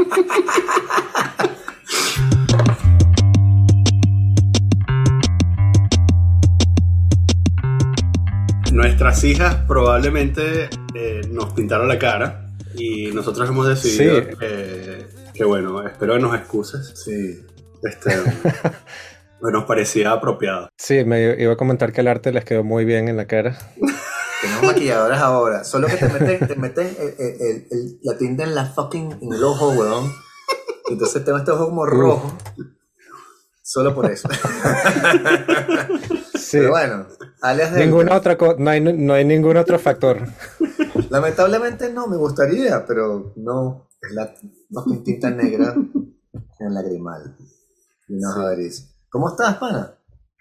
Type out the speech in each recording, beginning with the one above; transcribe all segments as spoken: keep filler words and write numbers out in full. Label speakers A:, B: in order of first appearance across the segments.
A: Nuestras hijas probablemente eh, nos pintaron la cara y nosotros hemos decidido
B: Sí.
A: eh, que bueno, espero que nos excuses.
C: Sí.
A: Este, pues nos parecía apropiado.
B: Sí, me iba a comentar que el arte les quedó muy bien en la cara.
C: Tenemos maquilladoras ahora. Solo que te metes, te metes el, el, el, el- la tinta en la fucking en el ojo, weón. Entonces tengo este ojo como rojo. Solo por eso.
B: Sí.
C: Pero bueno, alias de.
B: Ninguna otra co- no hay, no hay ningún otro factor.
C: Lamentablemente no, me gustaría, pero no. Es la fucking tinta negra en el lagrimal. Y no joderis. ¿Cómo estás, pana?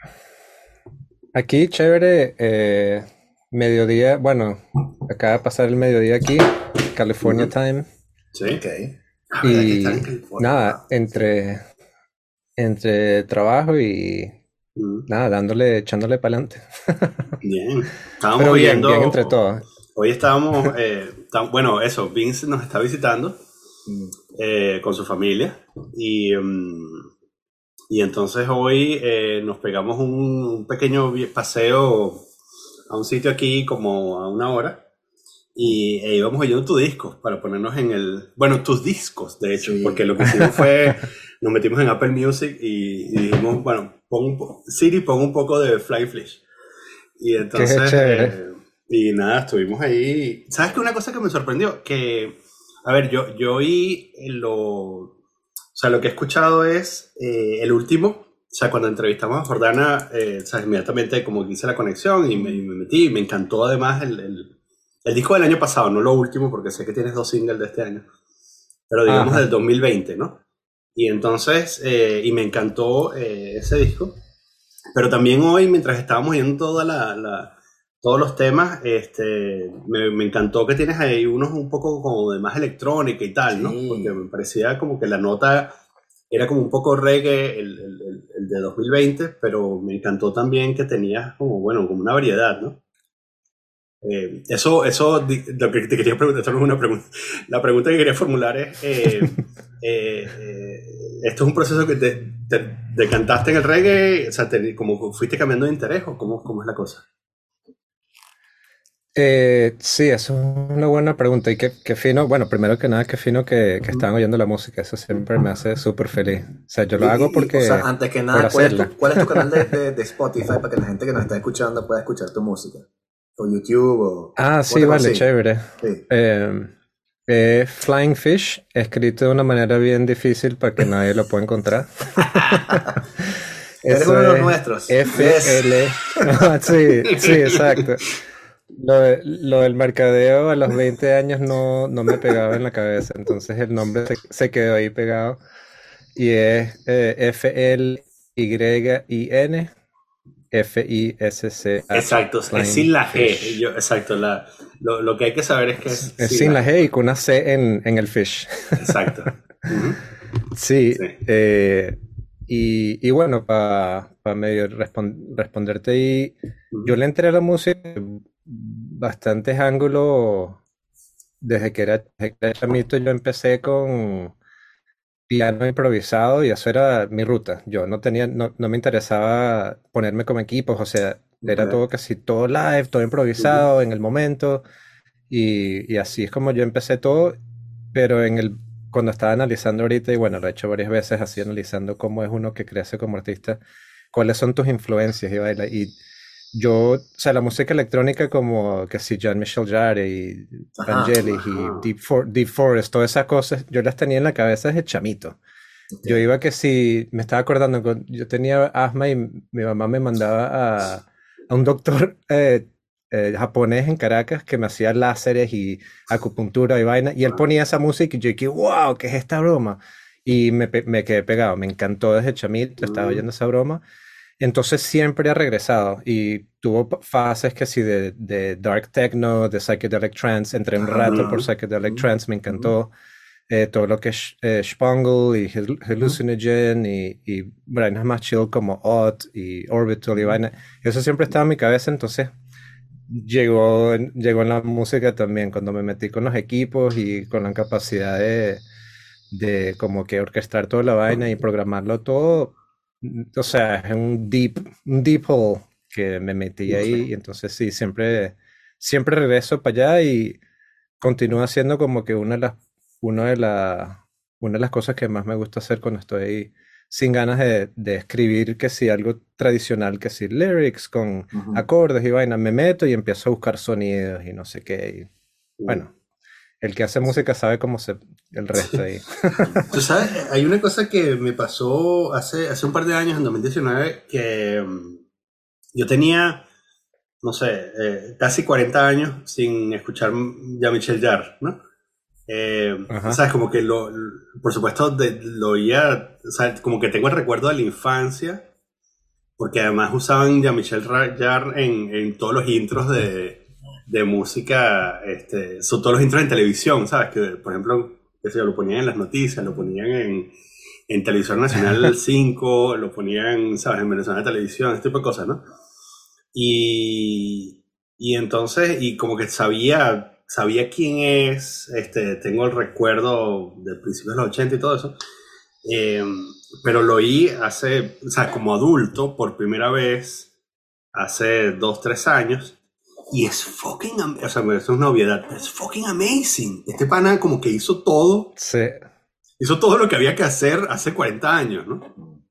B: Aquí, chévere, eh, mediodía, bueno, acaba de pasar el mediodía aquí, California time,
A: ¿Sí?
C: Ok.
A: Ah, ¿verdad que
B: y
A: están en California?
B: nada, entre, entre trabajo y
A: Mm,
B: nada, dándole, echándole para adelante.
A: Bien. Estábamos
B: Pero bien,
A: oyendo.
B: bien entre todos.
A: Hoy estábamos, eh, tam- bueno, eso, Vince nos está visitando
C: Mm.
A: eh, con su familia y, mm, y entonces hoy eh, nos pegamos un, un pequeño vi- paseo a un sitio aquí como a una hora y e íbamos oyendo tus discos para ponernos en el, bueno, tus discos de hecho,
C: Sí.
A: porque lo que hicimos fue, nos metimos en Apple Music y, y dijimos, bueno, pon un po- Siri, pon un poco de Flying Fish. Y entonces,
B: chévere.
A: eh, y nada, estuvimos ahí. ¿Sabes qué? Una cosa que me sorprendió, que, a ver, yo, yo oí lo, o sea, lo que he escuchado es eh, el último, o sea, cuando entrevistamos a Jordana, eh, o sea, inmediatamente como que hice la conexión y me, y me metí, y me encantó además el, el, el disco del año pasado, no lo último, porque sé que tienes dos singles de este año, pero digamos
B: Ajá.
A: del dos mil veinte, ¿no? Y entonces, eh, y me encantó eh, ese disco. Pero también hoy, mientras estábamos viendo toda la, la- todos los temas, este, me, me encantó que tienes ahí unos un poco como de más electrónica y tal, ¿no?
C: Sí.
A: Porque me parecía como que la nota era como un poco reggae el, el, el- el de dos mil veinte, pero me encantó también que tenías como, bueno, como una variedad, ¿no? Eh, eso, eso, di- lo que te quería preguntar, esto no es una pregunta. La pregunta que quería formular es, eh, eh, eh, ¿esto es un proceso que te, te decantaste en el reggae? O sea, te- como fuiste cambiando de interés o cómo, cómo es la cosa?
B: Eh, sí, eso es una buena pregunta. Y qué, qué fino, bueno, primero que nada, qué fino que, que están oyendo la música. Eso siempre me hace súper feliz. O sea, yo lo
C: Y-
B: hago
C: y- y,
B: porque,
C: o sea, antes que
B: por
C: nada, ¿cuál es, tu,
B: hacerla.
C: cuál es tu canal de, de, de Spotify para que la gente que nos está escuchando pueda escuchar tu música? O YouTube o...
B: Ah,
C: ¿cómo
B: sí,
C: te
B: vale,
C: consigues?
B: chévere.
C: Sí.
B: Eh, eh, Flying Fish, escrito de una manera bien difícil para que nadie lo pueda encontrar.
C: Eres
B: Eso
C: uno de los
B: es
C: nuestros.
B: F L. Ah, sí, sí, exacto. Lo, de- lo del mercadeo a los veinte años no, no me pegaba en la cabeza, entonces el nombre se, se quedó ahí pegado. Y es eh, F L Y I N F I S C H.
A: Exacto, es
B: Flying
A: sin la G.
B: Fish.
A: Yo, exacto, la, lo, lo que hay que saber es que es,
B: Es sin la G y con una C en, en el fish.
A: Exacto. Ujú.
B: Sí,
A: Sí.
B: eh, y, y bueno, para medio respon- responderte ahí, yo
A: Ujú.
B: le entré a la música en bastantes ángulos desde que era, desde que era chamito. Yo empecé con piano improvisado y eso era mi ruta. Yo no tenía, no, no me interesaba ponerme como equipos, o sea, era
C: Ok.
B: todo casi todo live, todo improvisado en el momento. Y, y así es como yo empecé todo, pero en el, cuando estaba analizando ahorita, y bueno, lo he hecho varias veces así, analizando cómo es uno que crece como artista, cuáles son tus influencias y baila. Y yo, o sea, la música electrónica como que si Jean-Michel Jarre y
C: Ajá.
B: Vangelis y
A: Ajá.
B: Deep, For- Deep Forest, todas esas cosas, yo las tenía en la cabeza desde chamito.
C: Ok.
B: Yo iba que si, me estaba acordando, con- yo tenía asma y mi mamá me mandaba a, a un doctor eh, eh, japonés en Caracas que me hacía láseres y acupuntura y vaina, y él ponía esa música y yo dije, wow, ¿qué es esta broma? Y me, pe- me quedé pegado, me encantó desde chamito, estaba
A: Mm.
B: oyendo esa broma. Entonces siempre ha regresado y tuvo pa- fases que sí de, de dark techno, de psychedelic trance, entré un rato por
A: Ujú.
B: psychedelic
C: Ujú.
B: trance, me encantó eh, todo lo que es eh, Spangle y Hal- Hallucinogen y, y vainas más chill como Odd y Orbital y vaina. Eso siempre estaba en mi cabeza, entonces llegó, llegó en la música también cuando me metí con los equipos y con la capacidad de, de como que orquestar toda la vaina y programarlo todo. O sea, es un deep, un deep hole que me metí ahí y entonces sí, siempre, siempre regreso para allá y continúa siendo como que una de las, una de la, una de las cosas que más me gusta hacer cuando estoy sin ganas de, de escribir que si algo tradicional, que si lyrics con
C: Ujú.
B: acordes y vaina, me meto y empiezo a buscar sonidos y no sé qué. Y, bueno, el que hace música sabe cómo se el resto ahí.
A: Tú sabes, hay una cosa que me pasó hace, hace un par de años, en dos mil diecinueve, que um, yo tenía, no sé, eh, casi cuarenta años sin escuchar Jean-Michel Jarre, ¿no? Eh,
B: Ajá.
A: ¿Sabes? Como que lo, por supuesto, de, lo oía, o sea, como que tengo el recuerdo de la infancia, porque además usaban Jean-Michel Jarre en, en todos los intros de, de música, este, son todos los intros en televisión, ¿sabes? Que, por ejemplo, que se lo ponían en las noticias, lo ponían en, en Televisión Nacional cinco, lo ponían, ¿sabes? En Venezuela Televisión, este tipo de cosas, ¿no? Y, y entonces, y como que sabía, sabía quién es, este, tengo el recuerdo del principio de los ochenta y todo eso, eh, pero lo oí hace, o sea, como adulto, por primera vez, hace dos, tres años, y es fucking, am- o sea, eso es una obviedad, es fucking amazing. Este pana como que hizo todo,
B: Sí.
A: hizo todo lo que había que hacer hace cuarenta años, ¿no?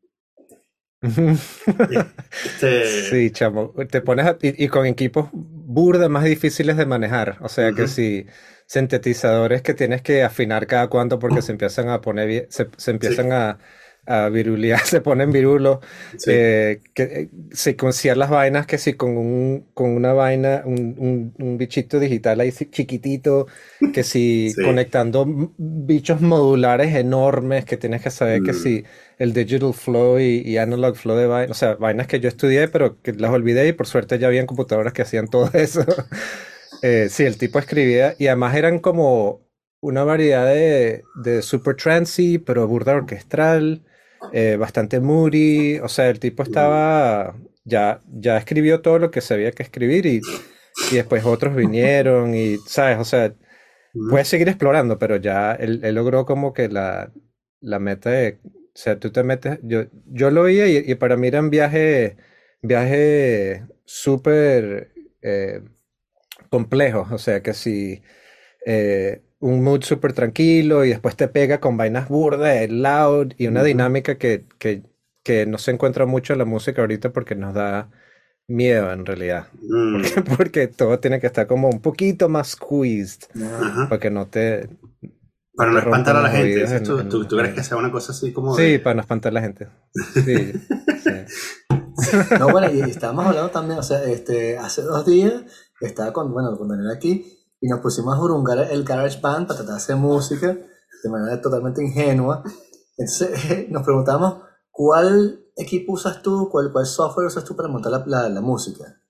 A: Este,
B: Sí, chamo. Te pones a- y, y con equipos burda más difíciles de manejar. O sea que
A: ujú,
B: si sintetizadores que tienes que afinar cada cuanto porque se empiezan a poner, vie- se, se
A: sí,
B: empiezan a, a virulear, se ponen virulos.
A: sí.
B: Eh, que eh, secuenciar las vainas que si con un, con una vaina, un, un, un bichito digital ahí sí chiquitito, que si
A: Sí.
B: conectando m- bichos modulares enormes, que tienes que saber que
A: Mm,
B: si el digital flow y, y analog flow de vainas, o sea, vainas que yo estudié, pero que las olvidé y por suerte ya habían computadoras que hacían todo eso. Eh, sí, el tipo escribía y además eran como una variedad de, de super trancy, pero burda orquestral, eh, bastante moody, o sea, el tipo
A: mm,
B: estaba, ya, ya escribió todo lo que sabía que escribir y, y después otros vinieron y, ¿sabes? O sea,
A: mm.
B: puedes seguir explorando, pero ya él, él logró como que la, la meta de, o sea, tú te metes, yo, yo lo oía y, y para mí eran viajes, viajes súper eh, complejos, o sea, que si eh, un mood súper tranquilo y después te pega con vainas burdas, loud y una
A: Ujú.
B: dinámica que, que, que no se encuentra mucho en la música ahorita porque nos da miedo en realidad. Porque,
A: Mm,
B: porque todo tiene que estar como un poquito más squeezed
C: No.
B: para
A: ajá.
B: que no te, no
A: Para no
B: te
A: espantar
B: rompan
A: a la
B: los
A: gente,
B: oídos
A: dices
B: en,
A: tú,
B: en
A: tú,
B: las
A: tú crees que
B: vainas.
A: sea una cosa así como
B: Sí,
A: de...
B: para no espantar a la gente. Sí, sí.
C: No, bueno, y, y estábamos hablando también, o sea, este, hace dos días estaba con, bueno, con Daniel aquí y nos pusimos a jurungar el GarageBand para tratar de hacer música de manera totalmente ingenua. Entonces nos preguntamos, ¿cuál equipo usas tú, cuál, cuál software usas tú para montar la, la, la música?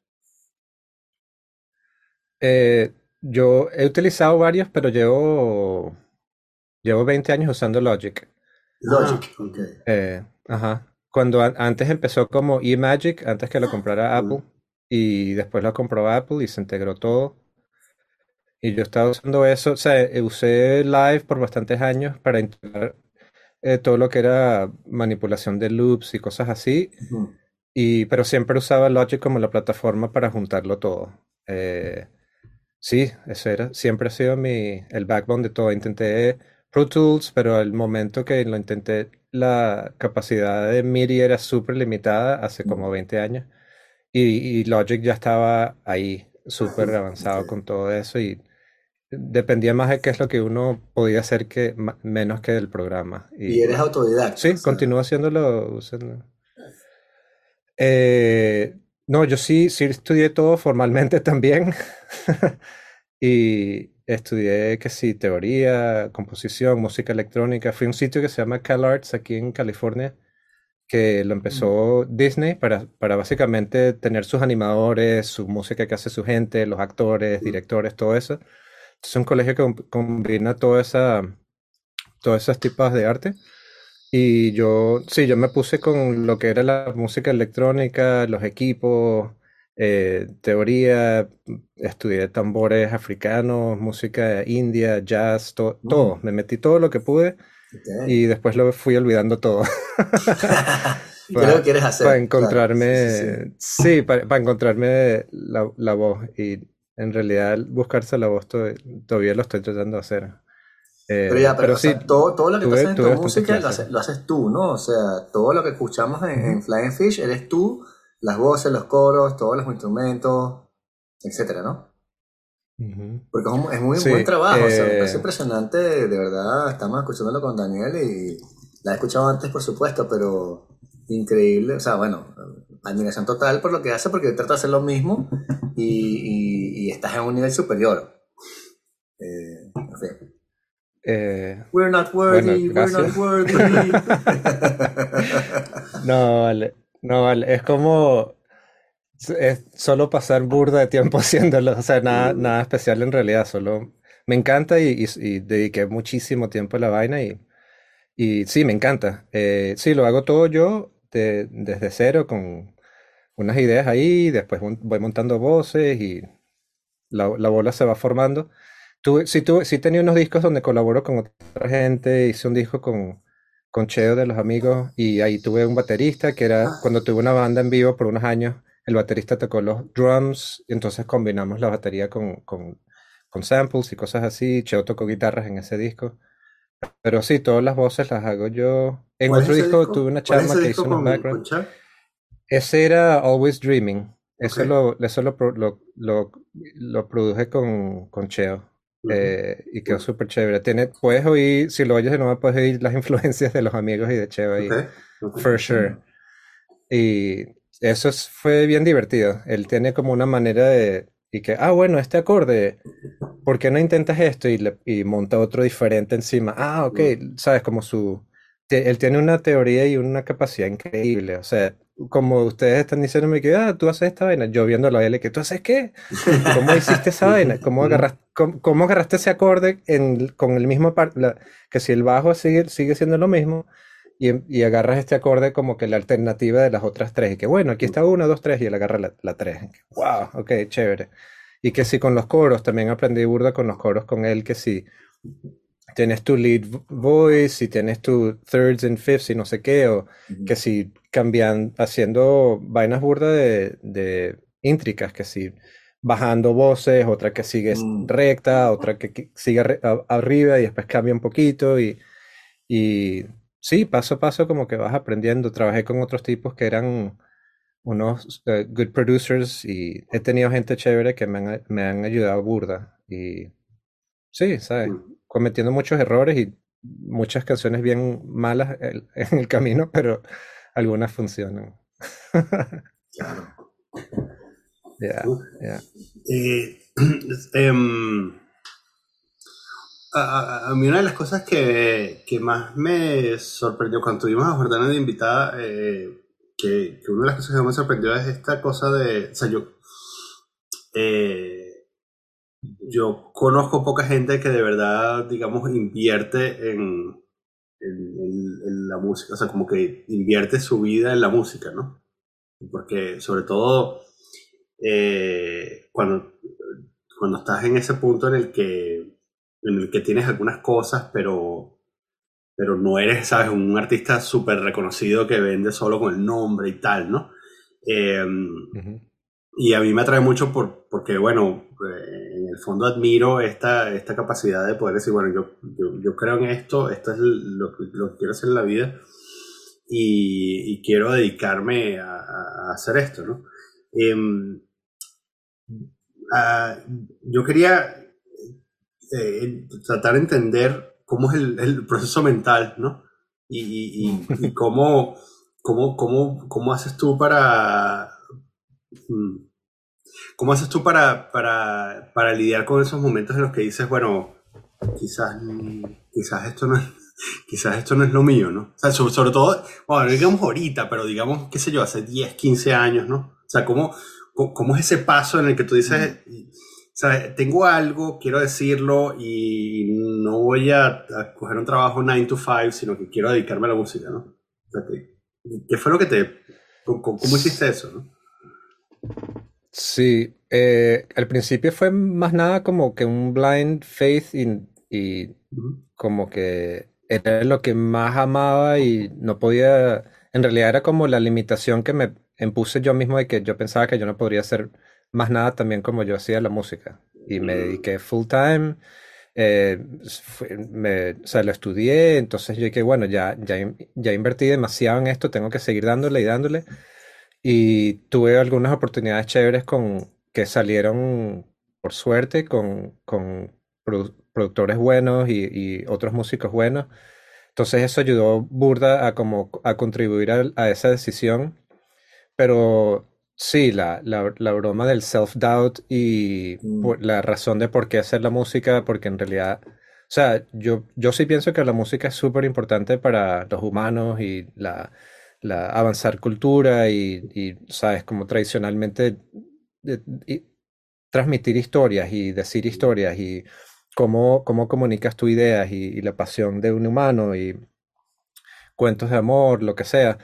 B: Eh, yo he utilizado varios, pero llevo, llevo veinte años usando Logic.
A: Ah,
C: Logic, ok.
B: Eh, ajá. Cuando an- antes empezó como eMagic, antes que lo comprara
A: mm,
B: Apple, y después lo compró Apple y se integró todo. Y yo estaba usando eso, o sea, eh, usé Live por bastantes años para integrar eh, todo lo que era manipulación de loops y cosas así.
C: Ujú.
B: Y, pero siempre usaba Logic como la plataforma para juntarlo todo. Eh, sí, eso era, siempre ha sido mi, el backbone de todo. Intenté Pro Tools, pero al momento que lo intenté, la capacidad de MIDI era súper limitada hace como veinte años. Y, y Logic ya estaba ahí, súper
C: Ok.
B: avanzado con todo eso. Y dependía más de qué es lo que uno podía hacer que ma- menos que del programa.
C: Y
B: Y
C: eres autodidacta, o
B: sí,
C: sea.
B: continúo haciéndolo usando. Eh, no, yo sí, sí estudié todo formalmente también. Y estudié que sí, teoría, composición, música electrónica. Fui a un sitio que se llama CalArts aquí en California, que lo empezó Disney para, para básicamente tener sus animadores, su música que hace su gente, los actores,
A: mm,
B: directores, todo eso. Es un colegio que com- combina toda esa, todos esos tipos de arte. Y yo, sí, yo me puse con lo que era la música electrónica, los equipos, eh, teoría, estudié tambores africanos, música india, jazz, to- todo.
C: Mm.
B: Me metí todo lo que pude
C: Ok.
B: y después lo fui olvidando todo.
C: ¿Y qué es lo que
B: Para
C: quieres hacer? Claro, sí, sí, sí.
B: encontrarme, sí, para encontrarme la, la voz. Y en realidad buscarse la voz to- todavía lo estoy tratando de hacer.
C: Pero
B: Eh,
C: ya, pero,
B: pero
C: o
B: sí,
C: sea, todo, todo lo que tú
B: tuve,
C: haces en
B: tuve
C: tu
B: bastantes
C: música lo
B: clases.
C: haces, lo haces tú, ¿no? O sea, todo lo que escuchamos en, en
B: Ujú,
C: Flying Fish eres tú, las voces, los coros, todos los instrumentos, etcétera, ¿no?
B: ujú.
C: Porque es, un- es muy buen
B: Sí,
C: trabajo, o sea, me parece
B: eh,
C: impresionante, de verdad, estamos escuchándolo con Daniel y la he escuchado antes, por supuesto, pero increíble, o sea, bueno, admiración total por lo que hace, porque trata de hacer lo mismo y, y- y estás en un nivel superior. Eh, en fin.
B: eh,
C: We're not
B: bueno,
C: worthy, we're
B: gracias.
C: not worthy.
B: No, vale, no, vale, es como, es solo pasar burda de tiempo haciéndolo, o sea, nada,
C: Mm,
B: nada especial en realidad, solo me encanta y, y- y dediqué muchísimo tiempo a la vaina y, y sí, me encanta. Eh, sí, lo hago todo yo de- desde cero con unas ideas ahí, después mon- voy montando voces y la, la bola se va formando. Tuve, sí, tuve, sí tenía unos discos donde colaboro con otra gente, hice un disco con, con Cheo de los amigos y ahí tuve un baterista que era, cuando tuve una banda en vivo por unos años, el baterista tocó los drums y entonces combinamos la batería con, con, con samples y cosas así. Cheo tocó guitarras en ese disco. Pero sí, todas las voces las hago yo. En
A: ¿Cuál es
B: otro
A: ese
B: disco tuve
A: disco?
B: una
A: ¿Cuál es
B: chama
A: ese
B: que
A: disco
B: hizo unos
A: con, con
B: backgrounds.
A: Cher?
B: Ese era Always Dreaming.
A: Ok.
B: Eso lo, eso lo, pro- lo, lo, lo produje con, con Cheo.
A: Ujú.
B: Eh, y quedó
A: Cool.
B: súper chévere. Tiene, puedes oír, si lo oyes de nuevo, puedes oír las influencias de los amigos y de Cheo
A: Ok,
B: ahí.
A: ok.
B: For sure. Y eso es- fue bien divertido. Él tiene como una manera de. Y que, ah, bueno, este acorde, ¿por qué no intentas esto? Y, le- y monta otro diferente encima. Ah, ok,
A: Mm.
B: sabes, como su... te- Él tiene una teoría y una capacidad increíble. O sea, como ustedes están diciéndome que, ah, tú haces esta vaina, yo viéndolo a él, y que tú haces qué, ¿cómo hiciste esa
A: Ujú,
B: vaina? ¿Cómo
A: ujú.
B: agarraste, cómo, cómo agarraste ese acorde en, con el mismo par, la- que si el bajo sigue, sigue siendo lo mismo y, y agarras este acorde como que la alternativa de las otras tres y que bueno, aquí está una, dos, tres y él agarra la, la tres. Wow, ok, chévere. Y que si con los coros, también aprendí burda con los coros con él, que si tienes tu lead vo- voice, si tienes tu thirds and fifths y no sé qué, o que
C: ujú.
B: si cambian, haciendo vainas burda de, de íntricas, que si bajando voces, otra que sigue
C: Mm,
B: recta, otra que que sigue arri- a- arriba y después cambia un poquito y, y sí, paso a paso como que vas aprendiendo. Trabajé con otros tipos que eran unos eh, good producers y he tenido gente chévere que me han, me han ayudado burda y sí, ¿sabes?
A: Mm.
B: Cometiendo muchos errores y muchas canciones bien malas el- en el camino, pero algunas funcionan.
C: claro.
B: Ya,
A: Uh.
B: ya.
A: Eh, em, a, a- a mí una de las cosas que, que más me sorprendió cuando tuvimos a Jordana de invitada, eh, que, que una de las cosas que más me sorprendió es esta cosa de, o sea, yo, eh, yo conozco poca gente que de verdad, digamos, invierte en, en- en- en la música, o sea, como que invierte su vida en la música, ¿no? Porque sobre todo eh, cuando, cuando estás en ese punto en el que, en el que tienes algunas cosas, pero, pero no eres, ¿sabes? Un artista súper reconocido que vende solo con el nombre y tal, ¿no? Eh,
B: Ujú.
A: y a mí me atrae mucho por, porque, bueno, eh, en el fondo admiro esta, esta capacidad de poder decir, bueno, yo, yo, yo creo en esto, esto es lo, que- lo que quiero hacer en la vida y, y quiero dedicarme a, a hacer esto, ¿no? Em, ah, yo quería eh, tratar de entender cómo es el, el proceso mental, ¿no? Y, y, y, y cómo, cómo, cómo, cómo haces tú para... mm, ¿Cómo haces tú para, para, para lidiar con esos momentos en los que dices, bueno, quizás, mm, quizás esto no es, quizás esto no es lo mío, ¿no? O sea, sobre, sobre todo, bueno, no digamos ahorita, pero digamos, qué sé yo, hace diez quince años, ¿no? O sea, ¿cómo, cómo, cómo es ese paso en el que tú
C: Mm.
A: dices, ¿sabes? Tengo algo, quiero decirlo y no voy a, a coger un trabajo nine to five, sino que quiero dedicarme a la música, ¿no? O sea, ¿qué, qué fue lo que te... ¿Cómo, cómo
B: S-
A: hiciste eso, no?
B: Sí, eh, al principio fue más nada como que un blind faith y, y
A: Ujú.
B: como que era lo que más amaba y no podía, en realidad era como la limitación que me impuse yo mismo de que yo pensaba que yo no podría hacer más nada también como yo hacía la música. Y me
A: Mm,
B: dediqué full time, eh, fue- me, o sea, lo estudié, entonces yo dije, bueno, ya, ya, in- ya invertí demasiado en esto, tengo que seguir dándole y dándole. Y tuve algunas oportunidades chéveres con, que salieron por suerte con, con produ- productores buenos y, y otros músicos buenos. Entonces eso ayudó burda a como a contribuir a, a esa decisión. Pero sí, la, la, la broma del self-doubt y
C: Mm,
B: por- la razón de por qué hacer la música, porque en realidad, o sea, yo, yo sí pienso que la música es súper importante para los humanos y la, la avanzar cultura y, y, sabes, como tradicionalmente de- y transmitir historias y decir historias y cómo, cómo comunicas tus ideas y, y la pasión de un humano y cuentos de amor, lo que sea.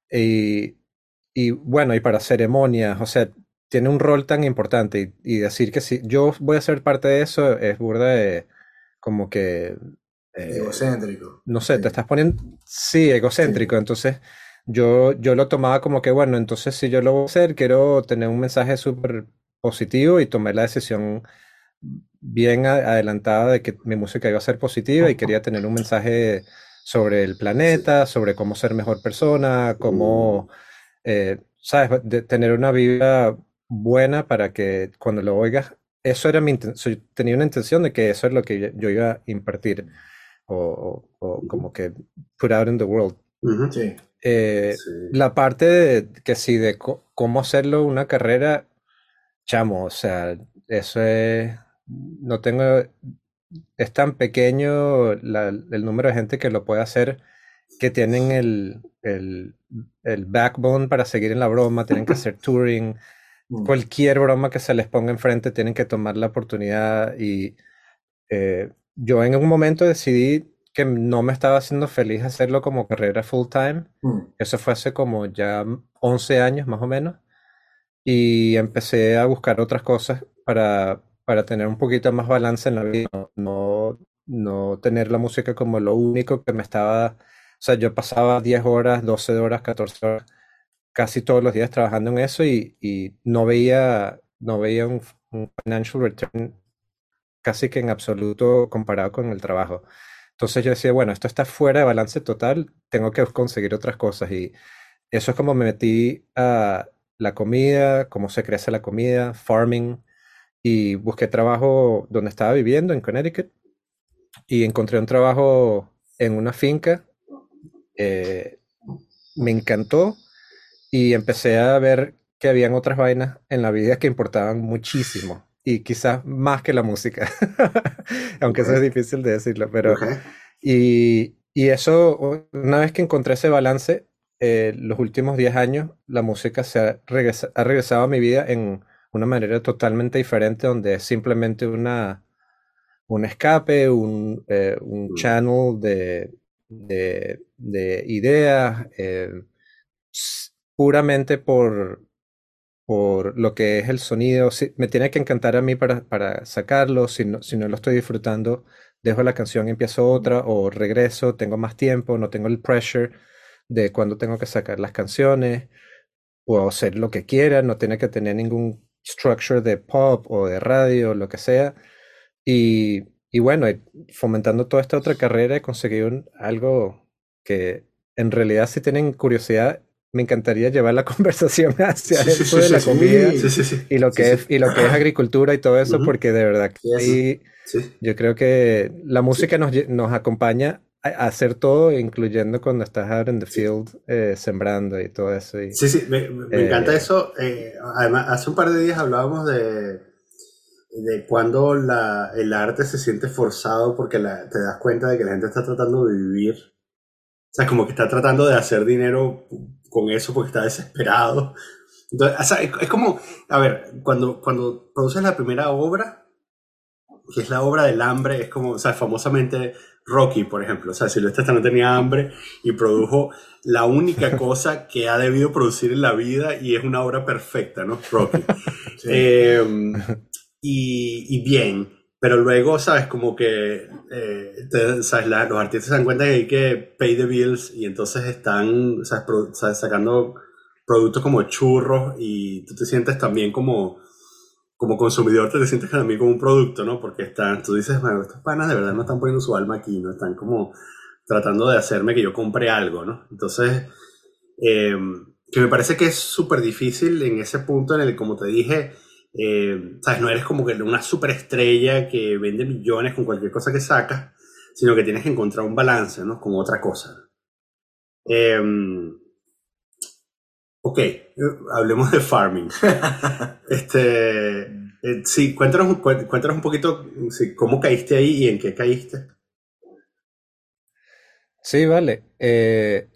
B: Y, y bueno, y para ceremonias, o sea, tiene un rol tan importante y, y decir que si yo voy a ser parte de eso es burda de como que, eh,
C: egocéntrico.
B: no sé, te
C: Sí,
B: estás poniendo, sí,
C: sí.
B: egocéntrico, entonces yo, yo lo tomaba como que, bueno, entonces si yo lo voy a hacer, quiero tener un mensaje súper positivo y tomé la decisión bien a- adelantada de que mi música iba a ser positiva y quería tener un mensaje sobre el
C: Sí.
B: planeta, sobre cómo ser mejor persona,
A: mm,
B: cómo eh, ¿sabes? De tener una vida buena para que cuando lo oigas, eso era mi intención, tenía una intención de que eso es lo que yo, yo iba a impartir o, o- o
A: ujú,
B: como que put out in the world.
A: ujú.
C: Sí.
B: Eh,
A: Sí.
B: la parte de que sí, de co- cómo hacerlo una carrera, chamo, o sea, eso es, no tengo, es tan pequeño la- el número de gente que lo puede hacer que tienen el, el, el backbone para seguir en la broma, tienen que hacer touring,
C: Mm,
B: cualquier broma que se les ponga enfrente tienen que tomar la oportunidad y eh, yo en un momento decidí que no me estaba haciendo feliz hacerlo como carrera full time.
C: mm,
B: Eso fue hace como ya once años más o menos y empecé a buscar otras cosas para, para tener un poquito más balance en la vida, no, no, no tener la música como lo único que me estaba, o sea, yo pasaba diez horas, doce horas, catorce horas, casi todos los días trabajando en eso y, y no veía, no veía un, un financial return casi que en absoluto comparado con el trabajo. Entonces yo decía, bueno, esto está fuera de balance total, tengo que conseguir otras cosas y eso es como me metí a la comida, cómo se crece la comida, farming, y busqué trabajo donde estaba viviendo, en Connecticut, y encontré un trabajo en una finca. eh, Me encantó y empecé a ver que habían otras vainas en la vida que importaban muchísimo, y quizás más que la música, aunque
A: Ok,
B: eso es difícil de decirlo, pero
A: ok.
B: y, y eso, una vez que encontré ese balance, eh, los últimos diez años, la música se ha, regresa- ha regresado a mi vida en una manera totalmente diferente, donde es simplemente una, un escape, un, eh, un
A: Mm,
B: channel de, de, de ideas, eh, s- puramente por, por lo que es el sonido. Sí, me tiene que encantar a mí para, para sacarlo. Si no, si no lo estoy disfrutando, dejo la canción y empiezo otra, o regreso, tengo más tiempo, no tengo el pressure de cuando tengo que sacar las canciones. Puedo hacer lo que quiera, no tiene que tener ningún structure de pop o de radio, lo que sea. Y, y bueno, y fomentando toda esta otra carrera, he conseguido un- algo que en realidad, si tienen curiosidad, me encantaría llevar la conversación hacia
A: sí, sí,
B: eso
A: sí,
B: de
A: sí,
B: la
A: sí,
B: comida
A: sí,
C: Sí.
A: sí, sí,
B: y lo
A: sí,
B: que
A: sí.
B: es, y lo que es agricultura y todo eso,
A: Ujú,
B: porque de verdad que
C: Sí, eso.
B: ahí
A: sí,
B: yo creo que la
A: sí,
B: música nos, lle- nos acompaña a, a hacer todo, incluyendo cuando estás out in the
A: sí.
B: field eh, sembrando y todo eso. Y,
A: Sí, sí, me, me encanta
B: eh,
A: eso. Eh, además, hace un par de días hablábamos de, de cuando la, el arte se siente forzado porque la- te das cuenta de que la gente está tratando de vivir. O sea, como que está tratando de hacer dinero con eso porque está desesperado. Entonces, o sea, es, es como, a ver, cuando, cuando produces la primera obra, que es la obra del hambre, es como, o sea, famosamente Rocky, por ejemplo. O sea, Silvestre Stallone tenía hambre y produjo la única cosa que ha debido producir en la vida y es una obra perfecta, ¿no? Rocky.
C: Sí.
A: Eh, y, y bien. pero luego, ¿sabes? Como que, eh, te- ¿sabes? La- los artistas se dan cuenta que hay que pay the bills y entonces están, ¿sabes? Pro- ¿sabes? Sacando productos como churros y tú te sientes también como, como consumidor, te sientes también como un producto, ¿no? Porque están, tú dices, bueno, estos panas de verdad no están poniendo su alma aquí, ¿no? Están como tratando de hacerme que yo compre algo, ¿no? Entonces, eh, que me parece que es súper difícil en ese punto en el, como te dije, eh, sabes, no eres como que una superestrella que vende millones con cualquier cosa que sacas, sino que tienes que encontrar un balance, ¿no? Con otra cosa. Eh, ok, eh, hablemos de farming. Este, eh, sí, cuéntanos, un- cué- cuéntanos un poquito sí, cómo caíste ahí y en qué caíste.
B: Sí, vale. Eh,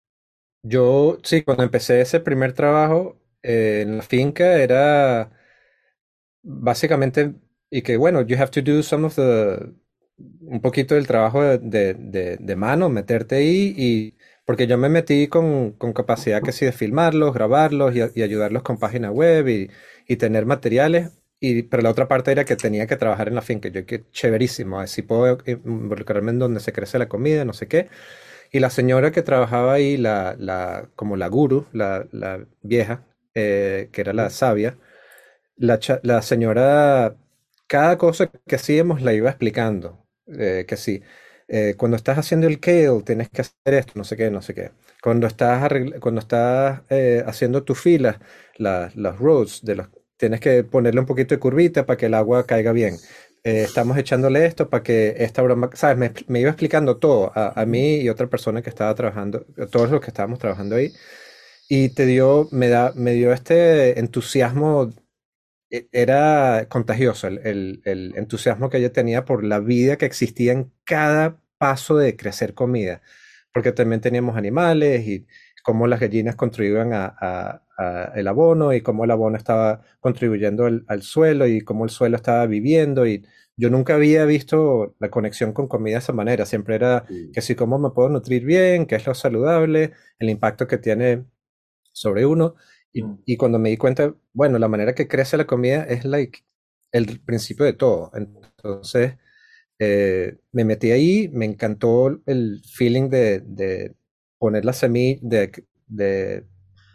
B: yo, sí, cuando empecé ese primer trabajo eh, en la finca era básicamente, y que bueno, you have to do some of the, un poquito del trabajo de, de, de- de mano, meterte ahí, y porque yo me metí con, con capacidad que sí de filmarlos, grabarlos y, y ayudarlos con página web y, y tener materiales. Y, pero la otra parte era que tenía que trabajar en la finca. Yo que chéverísimo, así puedo involucrarme en donde se crece la comida, no sé qué. Y la señora que trabajaba ahí, la, la, como la guru, la, la vieja, eh, que era la sabia, la, cha- la señora, cada cosa que hacíamos la iba explicando. Eh, que sí, eh, cuando estás haciendo el kale tienes que hacer esto, no sé qué, no sé qué. Cuando estás, arregl- cuando estás eh, haciendo tus filas, la- los rows, de los, tienes que ponerle un poquito de curvita para que el agua caiga bien. Eh, estamos echándole esto para que esta broma, ¿sabes? Me, me iba explicando todo a, a mí y otra persona que estaba trabajando, todos los que estábamos trabajando ahí. Y te dio, me da, me dio este entusiasmo, e- era contagioso el, el- el entusiasmo que ella tenía por la vida que existía en cada paso de crecer comida, porque también teníamos animales y cómo las gallinas contribuían a, a- a el abono y cómo el abono estaba contribuyendo al, al suelo y cómo el suelo estaba viviendo, y yo nunca había visto la conexión con comida de esa manera, siempre era
A: Mm,
B: que si cómo me puedo nutrir bien, qué es lo saludable, el impacto que tiene sobre uno. Y,
C: Mm.
B: y cuando me di cuenta, bueno, la manera que crece la comida es like el principio de todo. Entonces, eh, me metí ahí, me encantó el feeling de, de poner la semilla, de, de,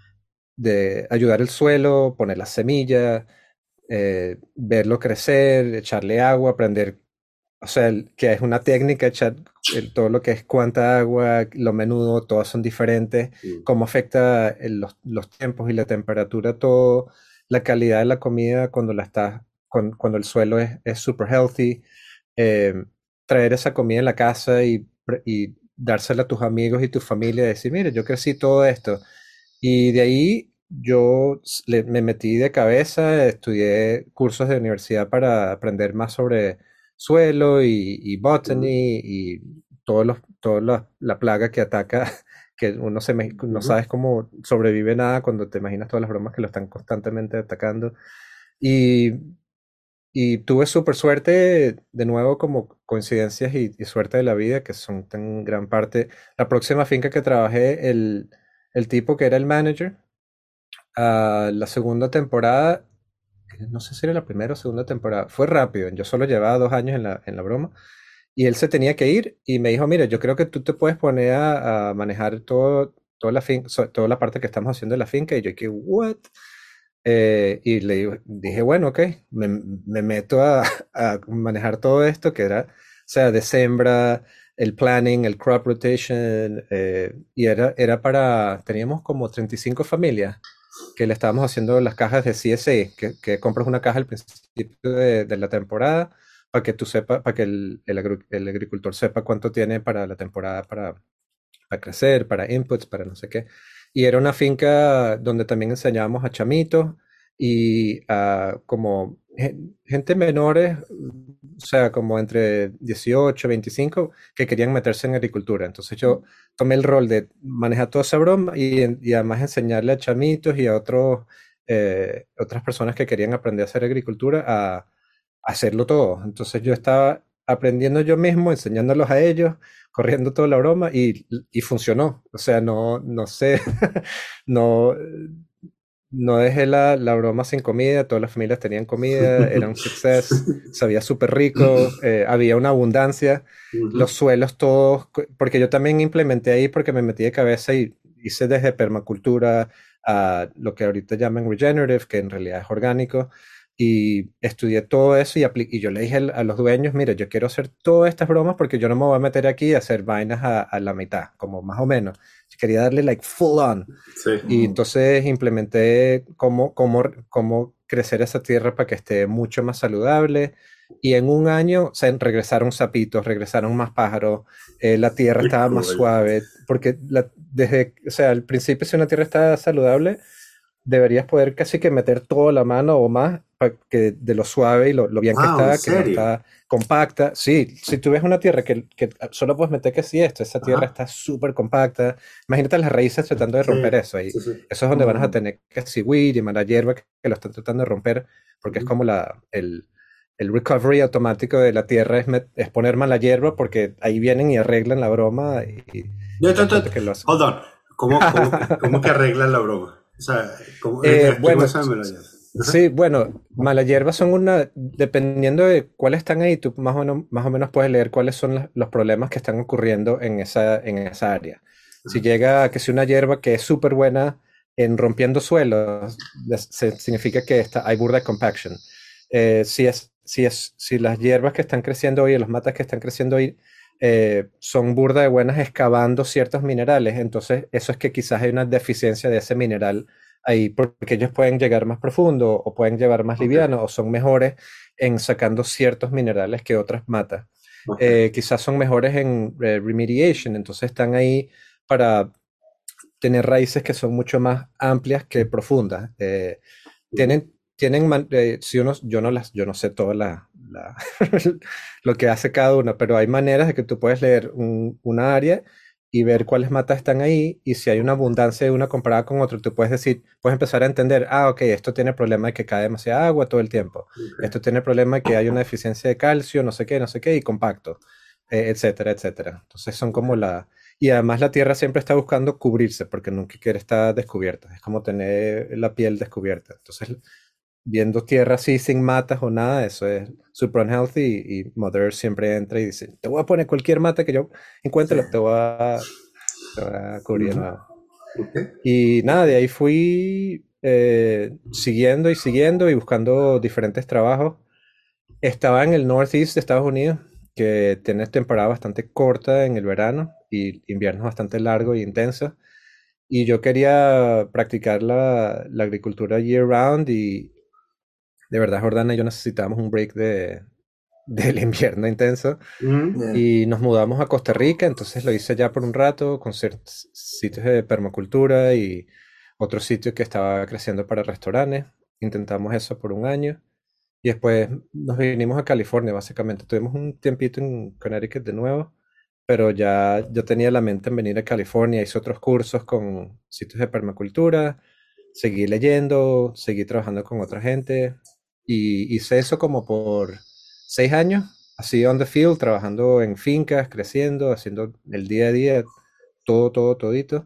B: de ayudar el suelo, poner la semilla, eh, verlo crecer, echarle agua, aprender, o sea, el- que es una técnica, echar el- todo lo que es cuánta agua, lo menudo, todas son diferentes,
A: mm,
B: cómo afecta el- los, los tiempos y la temperatura, todo, la calidad de la comida cuando la estás, cuando, cuando el suelo es, es super healthy, eh, traer esa comida en la casa y, pre- y dársela a tus amigos y tu familia, decir, mire, yo crecí todo esto. Y de ahí yo s- le- me metí de cabeza, estudié cursos de universidad para aprender más sobre suelo y, y
A: ujú,
B: botany y todos los, todos los- la plaga que ataca, que uno se, me- no
A: ujú.
B: sabes cómo sobrevive nada cuando te imaginas todas las bromas que lo están constantemente atacando. Y, y tuve súper suerte, de nuevo, como coincidencias y, y suerte de la vida, que son en gran parte. La próxima finca que trabajé, el, el tipo que era el manager, a la segunda temporada, no sé si era la primera o segunda temporada, fue rápido, yo solo llevaba dos años en la, en la broma, y él se tenía que ir y me dijo, mira, yo creo que tú te puedes poner a, a manejar todo, toda la fin- so- toda la parte que estamos haciendo de la finca, y yo que, ¿what? Eh, y le digo- dije, bueno, ok, me, me meto a, a manejar todo esto, que era, o sea, de sembra, el planning, el crop rotation, eh, y era, era para, teníamos como treinta y cinco familias que le estábamos haciendo las cajas de C S A, que, que compras una caja al principio de, de la temporada para que tú sepas, para que el, el agru- el agricultor sepa cuánto tiene para la temporada para, para crecer, para inputs, para no sé qué. Y era una finca donde también enseñábamos a chamitos y a como gen- gente menores, o sea, como entre dieciocho, veinticinco, que querían meterse en agricultura. Entonces yo tomé el rol de manejar toda esa broma y, en- y además enseñarle a chamitos y a otros, eh, otras personas que querían aprender a hacer agricultura a, a hacerlo todo. Entonces yo estaba aprendiendo yo mismo, enseñándolos a ellos, corriendo toda la broma, y, y funcionó. O sea, no, no sé, no, no dejé la, la broma sin comida, todas las familias tenían comida, era un success, sabía súper rico, eh, había una abundancia, los
A: Ujú.
B: suelos todos, co- porque yo también implementé ahí porque me metí de cabeza y hice desde permacultura a lo que ahorita llaman regenerative, que en realidad es orgánico, y estudié todo eso y, apli- y yo le dije al- a los dueños, mire, yo quiero hacer todas estas bromas porque yo no me voy a meter aquí a hacer vainas a, a la mitad, como más o menos. Yo quería darle like full on.
A: Sí.
B: Y
C: Ujú.
B: entonces implementé cómo, cómo, cómo crecer esa tierra para que esté mucho más saludable. Y en un año, o sea, regresaron sapitos, regresaron más pájaros, eh, la tierra
A: Qué
B: estaba más
A: cool.
B: suave, porque la- desde, o sea, al principio si una tierra está saludable, deberías poder casi que meter toda la mano o más para que de lo suave y lo, lo bien que
A: Wow, ¿en
B: está, que no
A: serio?
B: está compacta. Sí, si tú ves una tierra que, que solo puedes meter que sí esto, esa tierra
A: Ajá.
B: está súper compacta. Imagínate las raíces tratando de
A: Sí,
B: romper eso ahí.
A: sí, sí.
B: Eso es donde van a
C: Ujú.
B: tener que si weed y mala hierba que, que lo están tratando de romper, porque es
A: Ujú.
B: como la, el, el recovery automático de la tierra es, met- es poner mala hierba porque ahí vienen y arreglan la broma y,
A: Yo,
B: y te
A: yo,
B: das
A: yo-
B: cuenta que lo hacen.
A: hold on. ¿Cómo, cómo, que- cómo que arreglan la broma? O sea, ¿cómo,
B: Eh,
A: explícame
B: bueno,
A: esa melodía. Ajá.
B: sí, bueno, malas hierbas son una, dependiendo de cuáles están ahí, tú más o menos, más o menos puedes leer cuáles son las- los problemas que están ocurriendo en esa, en esa área. Si llega a que sea una hierba que es súper buena en rompiendo suelos, des- se- significa que está, hay burda de compaction. Eh, si es, si es, si las hierbas que están creciendo hoy, los matas que están creciendo hoy, eh, son burda de buenas excavando ciertos minerales, entonces eso es que quizás hay una deficiencia de ese mineral ahí, porque ellos pueden llegar más profundo o pueden llevar más
A: Ok,
B: liviano o son mejores en sacando ciertos minerales que otras matas.
A: ok.
B: Eh, quizás son mejores en eh, remediation, entonces están ahí para tener raíces que son mucho más amplias que profundas. Eh,
A: Ujú.
B: tienen, tienen man- eh, si uno, yo no las, yo no sé todo la, la- lo que hace cada uno, pero hay maneras de que tú puedes leer un, una área y ver cuáles matas están ahí y si hay una abundancia de una comparada con otra, tú puedes decir, puedes empezar a entender, ah, ok, esto tiene problema de que cae demasiada agua todo el tiempo, esto
A: Ok.
B: tiene problema de que hay una deficiencia de calcio, no sé qué, no sé qué, y compacto, eh, etcétera, etcétera. Entonces son como
A: Ok.
B: la... Y además la Tierra siempre está buscando cubrirse porque nunca quiere estar descubierta, es como tener la piel descubierta. Entonces viendo tierra así sin matas o nada, eso es super unhealthy y, y Mother Earth siempre entra y dice, te voy a poner cualquier mata que yo
C: Sí.
B: encuentre, te voy a, te voy a cubrir de
A: Ujú.
B: nuevo.
A: Ok.
B: Y nada,
A: Ok.
B: de ahí fui eh, siguiendo y siguiendo y buscando diferentes trabajos. Estaba en el Northeast de Estados Unidos, que tiene temporada bastante corta en el verano y inviernos bastante largos y intensos. Y yo quería practicar la, la agricultura year round y de verdad Jordana y yo necesitábamos un break de, del invierno intenso
A: Ujú.
C: Yeah.
B: y nos mudamos a Costa Rica, entonces lo hice ya por un rato con ciertos sitios de permacultura y otro sitio que estaba creciendo para restaurantes. Intentamos eso por un año y después nos vinimos a California básicamente. Tuvimos un tiempito en Connecticut de nuevo, pero ya yo tenía la mente en venir a California, hice otros cursos con sitios de permacultura, seguí leyendo, seguí trabajando con otra gente y hice eso como por seis años, así on the field, trabajando en fincas, creciendo, haciendo el día a día, todo, todo, todito.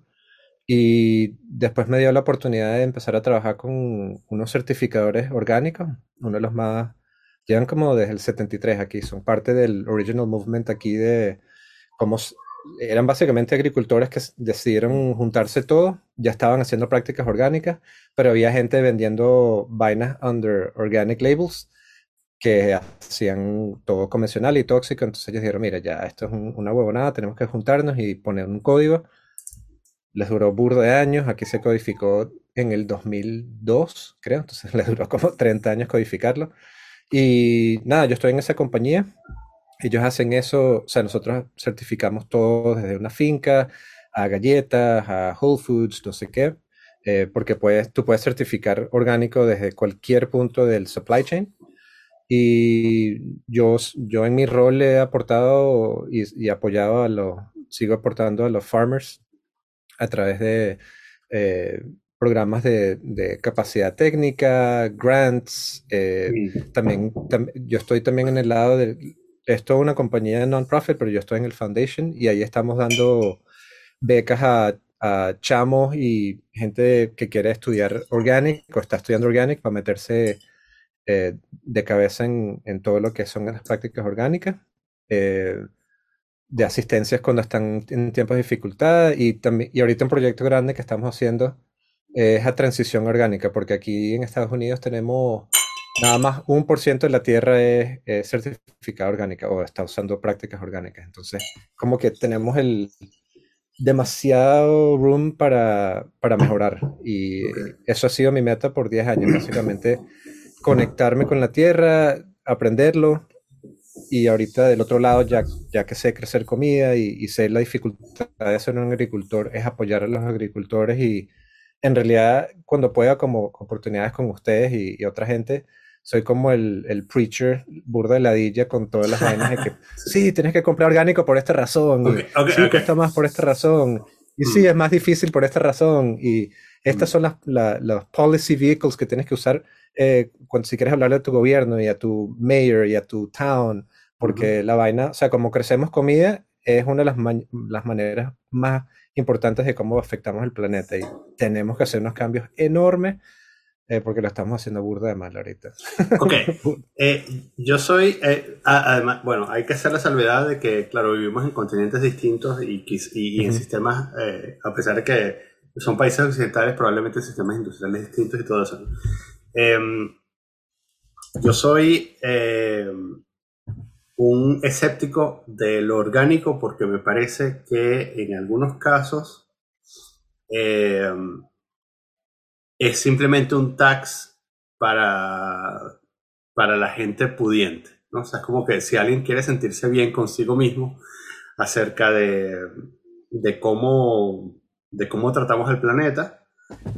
B: Y después me dio la oportunidad de empezar a trabajar con unos certificadores orgánicos, uno de los más, llevan como desde el setenta y tres aquí, son parte del original movement aquí de como s- eran básicamente agricultores que s- decidieron juntarse todos, ya estaban haciendo prácticas orgánicas, pero había gente vendiendo vainas under organic labels que hacían todo convencional y tóxico, entonces ellos dijeron, mira, ya esto es un- una huevonada, tenemos que juntarnos y poner un código. Les duró burda de años, aquí se codificó en el dos mil dos, creo, entonces les duró como treinta años codificarlo. Y nada, yo estoy en esa compañía, ellos hacen eso, o sea, nosotros certificamos todo desde una finca a galletas, a Whole Foods, no sé qué, eh, porque puedes, tú puedes certificar orgánico desde cualquier punto del supply chain. Y yo, yo en mi rol he aportado y, y apoyado a los, sigo aportando a los farmers a través de eh, programas de, de capacidad técnica, grants. eh,
A: Mm.
B: también, tam- yo estoy también en el lado de, es toda una compañía de non-profit, pero yo estoy en el foundation y ahí estamos dando becas a, a chamos y gente que quiere estudiar organic o está estudiando organic para meterse eh, de cabeza en, en todo lo que son las prácticas orgánicas, eh, de asistencias cuando están en tiempos de dificultad y, también, y ahorita un proyecto grande que estamos haciendo eh, es a transición orgánica, porque aquí en Estados Unidos tenemos nada más un por ciento de la tierra es, es certificada orgánica o está usando prácticas orgánicas. Entonces, como que tenemos el demasiado room para, para mejorar. Y
A: Ok.
B: eso ha sido mi meta por diez años, básicamente conectarme con la tierra, aprenderlo. Y ahorita del otro lado, ya, ya que sé crecer comida y, y sé la dificultad de ser un agricultor, es apoyar a los agricultores y en realidad cuando pueda como oportunidades con ustedes y, y otra gente, soy como el, el preacher burda de ladilla con todas las vainas de que sí, tienes que comprar orgánico por esta razón,
A: Ok,
B: y
A: ok,
B: sí,
A: ok.
B: cuesta más por esta razón, y sí,
A: Mm,
B: es más difícil por esta razón, y estas
A: mm,
B: son las, la- los policy vehicles que tienes que usar eh, cuando si quieres hablarle a tu gobierno y a tu mayor y a tu town,
A: ujú.
B: porque la vaina, o sea, como crecemos comida, es una de las, ma- las maneras más importantes de cómo afectamos el planeta y tenemos que hacer unos cambios enormes eh, porque lo estamos haciendo burda de mal ahorita.
A: Ok, eh, yo soy, eh, a- además, bueno, hay que hacer la salvedad de que, claro, vivimos en continentes distintos y, quis- y- y en
B: Ujú.
A: sistemas, eh, a pesar de que son países occidentales, probablemente sistemas industriales distintos y todo eso, ¿no? Em, yo soy eh, un escéptico de lo orgánico porque me parece que en algunos casos em, es simplemente un tax para, para la gente pudiente, ¿no? O sea, es como que si alguien quiere sentirse bien consigo mismo acerca de, de cómo, de cómo tratamos el planeta,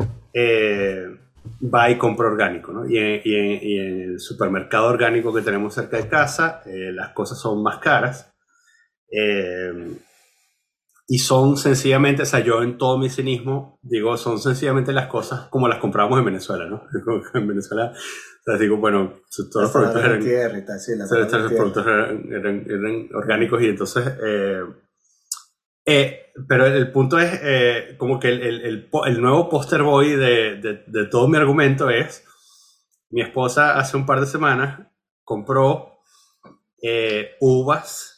A: eh, va y compra orgánico, ¿no? Y en, y en- y en el supermercado orgánico que tenemos cerca de casa, eh, las cosas son más caras. eh, y son sencillamente, o sea, yo en todo mi cinismo digo, son sencillamente las cosas como las comprábamos en Venezuela, ¿no? Como que en Venezuela, o sea, digo, bueno, todos los
C: Las
A: productos
C: trabajan en
A: eran,
C: tierra y tal, sí, las
A: todos
C: trabajan en
A: los productos
C: tierra.
A: eran, eran- eran orgánicos y entonces, eh, eh, pero el punto es eh, como que el, el, el, po- el nuevo poster boy de, de, de todo mi argumento es, mi esposa hace un par de semanas compró eh, uvas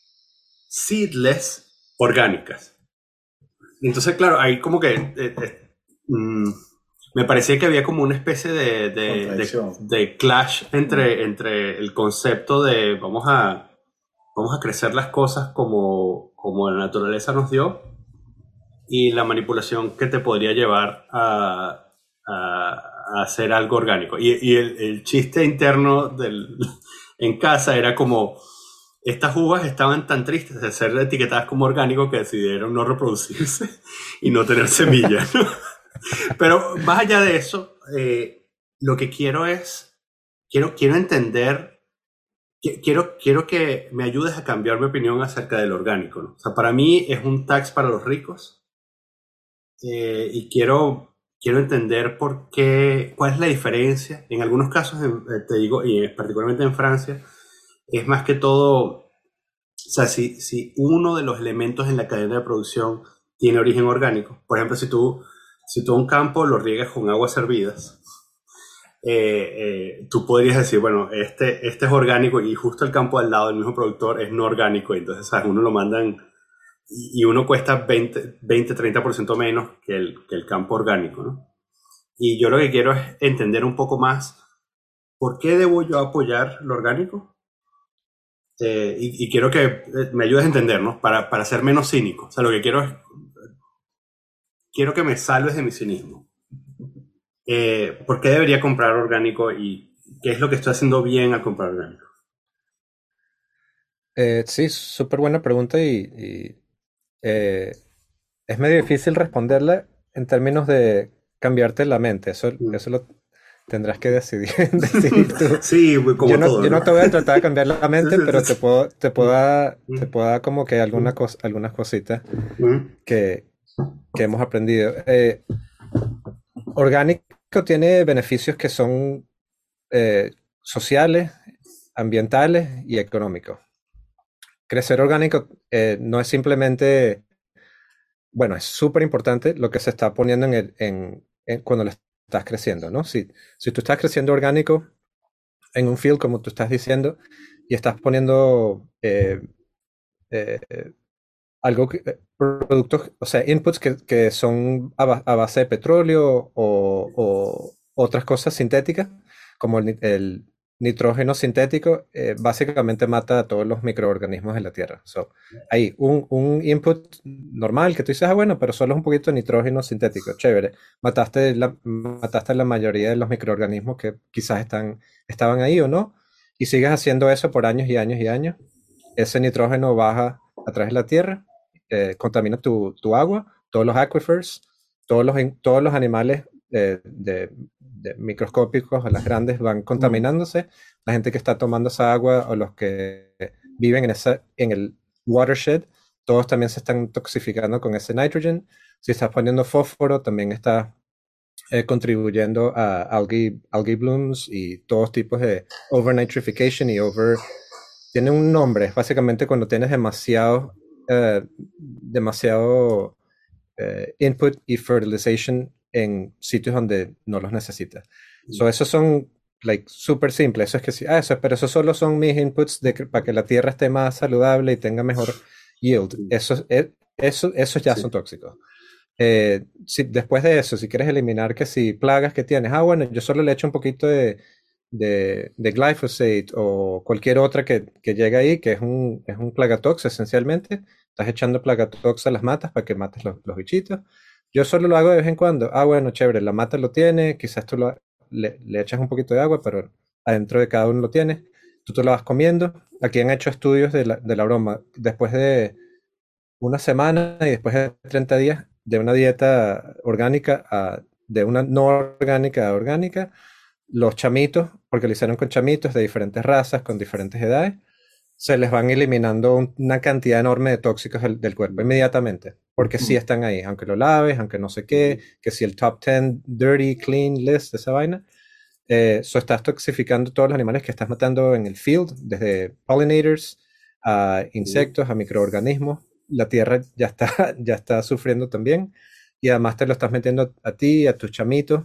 A: seedless orgánicas. Y entonces, claro, ahí como que eh, eh, mm, me parecía que había como una especie de, de, de,
C: Contradicción.
A: de clash entre, entre el concepto de vamos a, vamos a crecer las cosas como, como la naturaleza nos dio y la manipulación que te podría llevar a, a, a hacer algo orgánico. Y, y el, el chiste interno del, en casa era como, estas uvas estaban tan tristes de ser etiquetadas como orgánico que decidieron no reproducirse y no tener semillas, ¿no? Pero más allá de eso, eh, lo que quiero es, quiero, quiero entender, qui- quiero, quiero que me ayudes a cambiar mi opinión acerca del orgánico, ¿no? O sea, para mí es un tax para los ricos eh, y quiero, quiero entender por qué, cuál es la diferencia. En algunos casos, en- eh, te digo, y particularmente en Francia, es más que todo, o sea, si, si uno de los elementos en la cadena de producción tiene origen orgánico, por ejemplo, si tú, si tú un campo lo riegas con aguas hervidas, eh, eh, tú podrías decir, bueno, este, este es orgánico y justo el campo al lado del mismo productor es no orgánico, entonces, ¿sabes? Uno lo mandan y, y uno cuesta veinte, veinte, treinta por ciento menos que el, que el campo orgánico, ¿no? Y yo lo que quiero es entender un poco más por qué debo yo apoyar lo orgánico. Eh, y, y quiero que eh, me ayudes a entender, ¿no? Para, para ser menos cínico. O sea, lo que quiero es, quiero que me salves de mi cinismo. Eh, ¿por qué debería comprar orgánico y qué es lo que estoy haciendo bien al comprar orgánico?
B: Eh, sí, súper buena pregunta y, y, eh, es medio difícil responderla en términos de cambiarte la mente. Eso,
A: Mm.
B: eso lo tendrás que decidir, decidir tú.
A: Sí,
B: Yo
A: como
B: no,
A: todo,
B: yo
A: ¿no?
B: no te voy a tratar de cambiar la
A: Sí,
B: mente,
A: sí, sí,
B: pero te
A: sí.
B: puedo, te puedo dar, te
A: Mm,
B: puedo dar como que alguna
A: mm,
B: cos- algunas cositas
A: mm,
B: que, que hemos aprendido. Eh, orgánico tiene beneficios que son eh, sociales, ambientales y económicos. Crecer orgánico eh, no es simplemente bueno, es súper importante lo que se está poniendo en el, en, en cuando le estás creciendo, ¿no? Si, si tú estás creciendo orgánico en un field, como tú estás diciendo, y estás poniendo eh, eh, algo que, eh, productos, o sea, inputs que, que son a, ba- a base de petróleo o, o otras cosas sintéticas, como el, ni- el nitrógeno sintético, eh, básicamente mata a todos los microorganismos de la Tierra. So, hay un, un input normal que tú dices, ah, bueno, pero solo es un poquito de nitrógeno sintético, chévere. Mataste la, mataste a la mayoría de los microorganismos que quizás están, estaban ahí o no, y sigues haciendo eso por años y años y años. Ese nitrógeno baja a través de la Tierra, eh, contamina tu, tu, agua, todos los aquifers, todos los, todos los animales eh, de, de microscópicos a las grandes van contaminándose. La gente que está tomando esa agua o los que viven en, esa, en el watershed, todos también se están toxificando con ese nitrogen. Si estás poniendo fósforo, también está eh, contribuyendo a algae, algae blooms y todos tipos de overnitrification y over... Tiene un nombre, es básicamente cuando tienes demasiado, eh, demasiado eh, input y fertilization en sitios donde no los necesitas. So, esos son like súper simples. Eso es que sí, ah, eso, pero esos solo son mis inputs de que, para que la tierra esté más saludable y tenga mejor yield. Eso, eh, eso, esos ya
A: Sí.
B: son tóxicos. Eh, si, después de eso, si quieres eliminar que si plagas que tienes, ah, bueno, yo solo le echo un poquito de, de, de glyphosate o cualquier otra que, que llegue ahí, que es un, es un plagatox esencialmente. Estás echando plagatox a las matas para que mates los, los bichitos. Yo solo lo hago de vez en cuando. Ah, bueno, chévere, la mata lo tiene, quizás tú lo, le, le echas un poquito de agua, pero adentro de cada uno lo tienes. Tú te lo vas comiendo. Aquí han hecho estudios de la, de la broma. Después de una semana y después de treinta días de una dieta orgánica a, de una no orgánica a orgánica, los chamitos, porque lo hicieron con chamitos de diferentes razas, con diferentes edades, se les van eliminando un, una cantidad enorme de tóxicos del, del cuerpo inmediatamente, porque sí están ahí, aunque lo laves, aunque no sé qué, que si el top diez dirty, clean list de esa vaina, eh, so estás toxificando todos los animales que estás matando en el field, desde pollinators a insectos, a microorganismos. La tierra ya está, ya está sufriendo también, y además te lo estás metiendo a ti, a tus chamitos,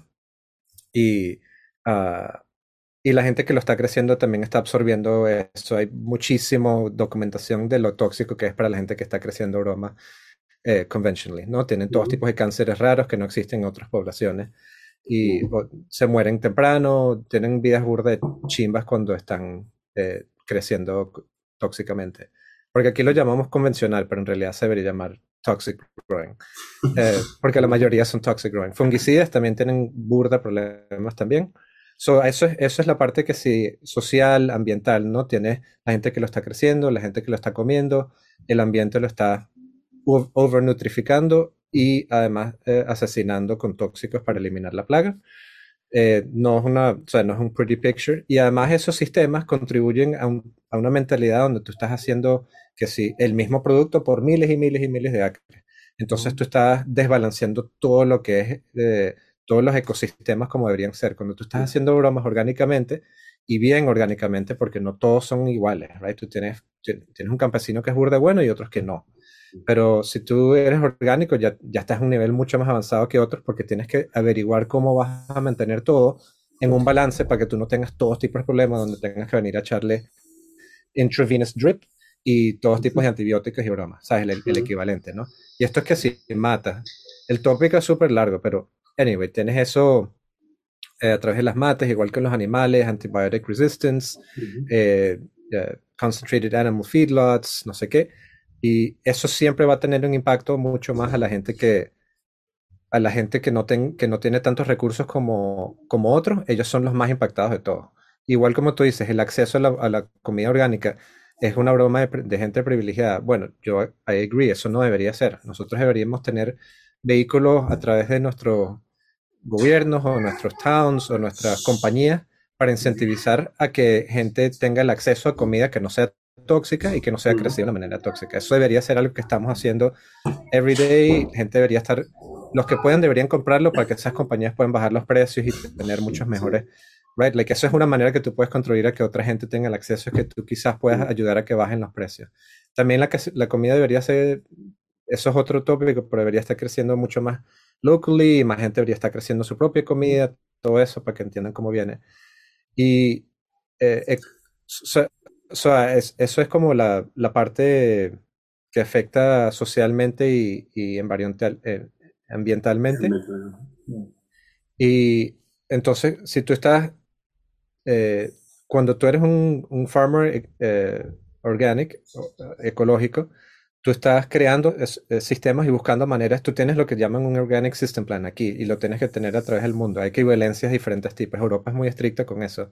B: y, uh, y la gente que lo está creciendo también está absorbiendo eso. Hay muchísima documentación de lo tóxico que es para la gente que está creciendo broma eh, conventionally, ¿no? Tienen todos tipos de cánceres raros que no existen en otras poblaciones y o, se mueren temprano, tienen vidas burdas chimbas cuando están eh, creciendo tóxicamente. Porque aquí lo llamamos convencional, pero en realidad se debería llamar toxic growing. Eh, porque la mayoría son toxic growing. Fungicidas también tienen burda problemas también. So, eso, es, eso es la parte que sí, social, ambiental, ¿no? Tienes la gente que lo está creciendo, la gente que lo está comiendo, el ambiente lo está overnutrificando y además eh, asesinando con tóxicos para eliminar la plaga. Eh, no es una, o sea, no es un pretty picture. Y además esos sistemas contribuyen a, un, a una mentalidad donde tú estás haciendo que sí, el mismo producto por miles y miles y miles de acres. Entonces tú estás desbalanceando todo lo que es, eh, todos los ecosistemas como deberían ser. Cuando tú estás haciendo bromas orgánicamente y bien orgánicamente, porque no todos son iguales, right? Tú tienes, tienes un campesino que es burda bueno y otros que no. Pero si tú eres orgánico, ya, ya estás a un nivel mucho más avanzado que otros porque tienes que averiguar cómo vas a mantener todo en un balance para que tú no tengas todos tipos de problemas donde tengas que venir a echarle intravenous drip y todos tipos de antibióticos y bromas, ¿sabes? El, el equivalente, ¿no? Y esto es que sí, mata. El tópico es súper largo, pero anyway, tienes eso eh, a través de las matas, igual que en los animales, antibiotic resistance, uh-huh. eh, uh, concentrated animal feedlots, no sé qué. Y eso siempre va a tener un impacto mucho más a la gente que a la gente que no, ten, que no tiene tantos recursos como, como otros. Ellos son los más impactados de todos. Igual como tú dices, el acceso a la, a la comida orgánica es una broma de, de gente privilegiada. Bueno, yo I agree, eso no debería ser. Nosotros deberíamos tener vehículos a través de nuestros gobiernos o nuestros towns o nuestras compañías para incentivizar a que gente tenga el acceso a comida que no sea tóxica y que no sea crecida de una manera tóxica. Eso debería ser algo que estamos haciendo every day. La gente debería estar, los que pueden deberían comprarlo para que esas compañías puedan bajar los precios y tener muchos mejores, right? Like eso es una manera que tú puedes contribuir a que otra gente tenga el acceso, es que tú quizás puedas ayudar a que bajen los precios. También la, la comida debería ser eso es otro tópico, pero debería estar creciendo mucho más locally, y más gente debería estar creciendo su propia comida, todo eso, para que entiendan cómo viene. Y eh, eh, so- so, es- eso es como la, la parte que afecta socialmente y, y ambiental- eh, ambientalmente.
A: Realmente, ¿no?
B: Y entonces, si tú estás, eh, cuando tú eres un, un farmer eh, organic, o, eh, ecológico, tú estás creando es- eh, sistemas y buscando maneras. Tú tienes lo que llaman un Organic System Plan aquí y lo tienes que tener a través del mundo. Hay equivalencias de diferentes tipos. Europa es muy estricta con eso.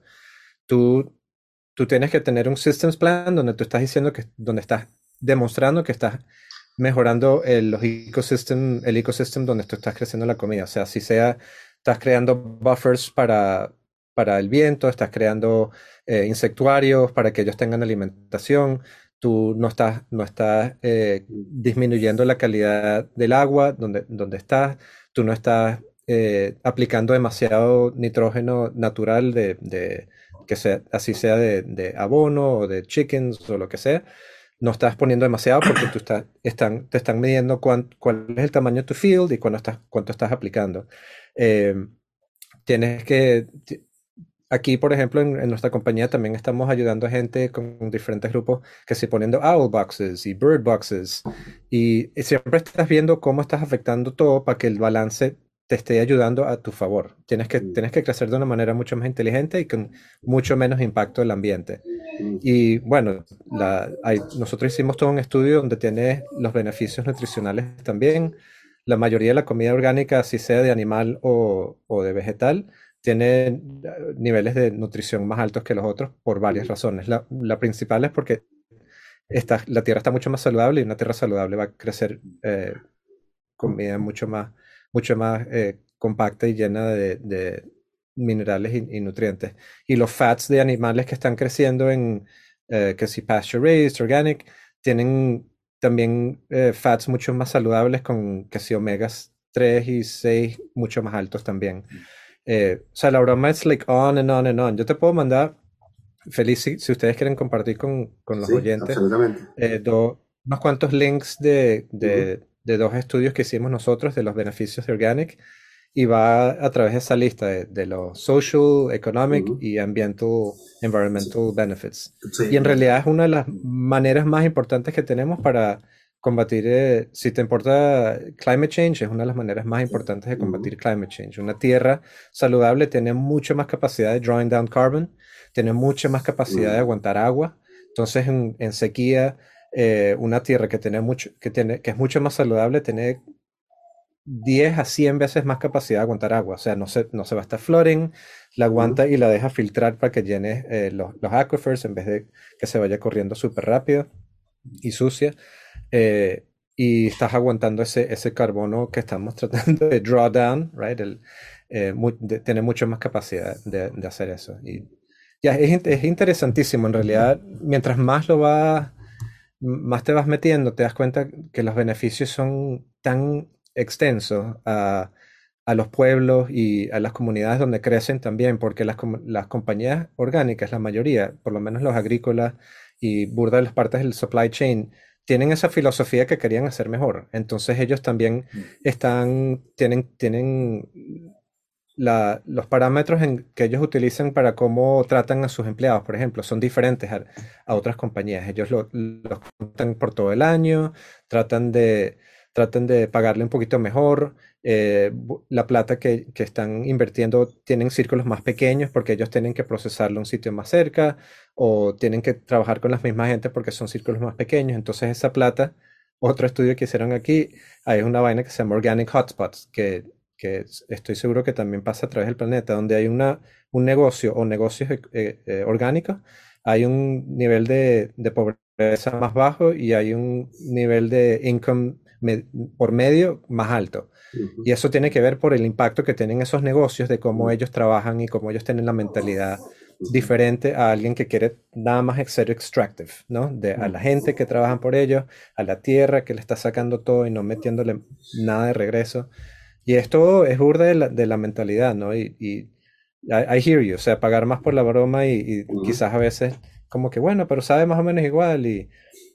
B: Tú, tú tienes que tener un Systems Plan donde tú estás diciendo que, donde estás demostrando que estás mejorando el, los ecosystem, el ecosystem donde tú estás creciendo la comida. O sea, si sea, estás creando buffers para, para el viento, estás creando eh, insectuarios para que ellos tengan alimentación, tú no estás, no estás eh, disminuyendo la calidad del agua donde, donde estás, tú no estás eh, aplicando demasiado nitrógeno natural de, de que sea, así sea de, de abono o de chickens o lo que sea, no estás poniendo demasiado porque tú estás, están, te están midiendo cuán- cuál es el tamaño de tu field y cuánto estás, cuánto estás aplicando. Eh, tienes que, ti- aquí por ejemplo en, en nuestra compañía también estamos ayudando a gente con diferentes grupos que se poniendo owl boxes y bird boxes y, y siempre estás viendo cómo estás afectando todo para que el balance te esté ayudando a tu favor. Tienes que,
A: Mm,
B: tienes que crecer de una manera mucho más inteligente y con mucho menos impacto del ambiente.
A: mm,
B: Y bueno, la, hay- nosotros hicimos todo un estudio donde tiene los beneficios nutricionales también. La mayoría de la comida orgánica, si sea de animal o, o de vegetal, tiene eh, niveles de nutrición más altos que los otros por varias
A: mm,
B: razones. La, la principal es porque está, la tierra está mucho más saludable y una tierra saludable va a crecer eh, comida mucho más, mucho más eh, compacta y llena de, de minerales y, y nutrientes. Y los fats de animales que están creciendo en, eh, que si pasture raised, organic, tienen también eh, fats mucho más saludables con que si omegas tres y seis mucho más altos también. Eh, o sea, la broma es like on and on and on. Yo te puedo mandar, feliz si, si ustedes quieren compartir con, con los
A: sí,
B: oyentes,
A: absolutamente.
B: eh, do- unos cuantos links de,
A: Ujú,
B: de, de dos estudios que hicimos nosotros de los beneficios de Organic y va a través de esa lista de, de los social, economic
A: ujú.
B: y ambiental,
A: Sí,
B: environmental benefits.
A: sí,
B: Y en realidad
A: me-
B: es una de las maneras más importantes que tenemos para combatir, eh, si te importa climate change, es una de las maneras más importantes de
A: ujú,
B: combatir climate change. Una tierra saludable tiene mucho más capacidad de drawing down carbon, tiene mucha más capacidad de
A: ujú,
B: aguantar agua. Entonces, en, en sequía, eh, una tierra que tiene mucho, que tiene, que es mucho más saludable, tiene diez a cien veces más capacidad de aguantar agua. O sea, no se, no se va a estar flooding, la
A: ujú,
B: aguanta y la deja filtrar para que llene eh, los, los aquifers en vez de que se vaya corriendo súper rápido y sucia. Eh, y estás aguantando ese, ese carbono que estamos tratando de draw down, right? El, eh, mu- de- tiene mucho más capacidad de, de hacer eso. Y ya, es, in- es interesantísimo. En realidad, mientras más lo vas más te vas metiendo, te das cuenta que los beneficios son tan extensos a, a los pueblos y a las comunidades donde crecen también, porque las, com- las compañías orgánicas, la mayoría, por lo menos los agrícolas y burda de las partes del supply chain, tienen esa filosofía que querían hacer mejor. Entonces ellos también están, tienen, tienen la- los parámetros en- que ellos utilizan para cómo tratan a sus empleados, por ejemplo, son diferentes a, a otras compañías. Ellos lo- los cuentan por todo el año, tratan de, tratan de pagarle un poquito mejor. eh, bu- la plata que, que están invirtiendo tienen círculos más pequeños porque ellos tienen que procesarlo en un sitio más cerca o tienen que trabajar con las mismas gente porque son círculos más pequeños. Entonces esa plata, otro estudio que hicieron aquí, hay una vaina que se llama Organic Hotspots, que que es- estoy seguro que también pasa a través del planeta, donde hay una, un negocio o negocios eh, eh, orgánicos, hay un nivel de, de pobreza más bajo y hay un nivel de income me- por medio más alto.
A: ujú,
B: Y eso tiene que ver por el impacto que tienen esos negocios, de cómo ellos trabajan y cómo ellos tienen la mentalidad
A: ujú,
B: diferente a alguien que quiere nada más ser extractive, ¿no? De, a la gente que trabajan por ellos, a la tierra que le está sacando todo y no metiéndole nada de regreso. Y esto es burda de la, de la mentalidad, ¿no? Y, y I, I hear you, o sea, pagar más por la broma y, y
A: ujú,
B: quizás a veces como que, bueno, pero sabe más o menos igual y,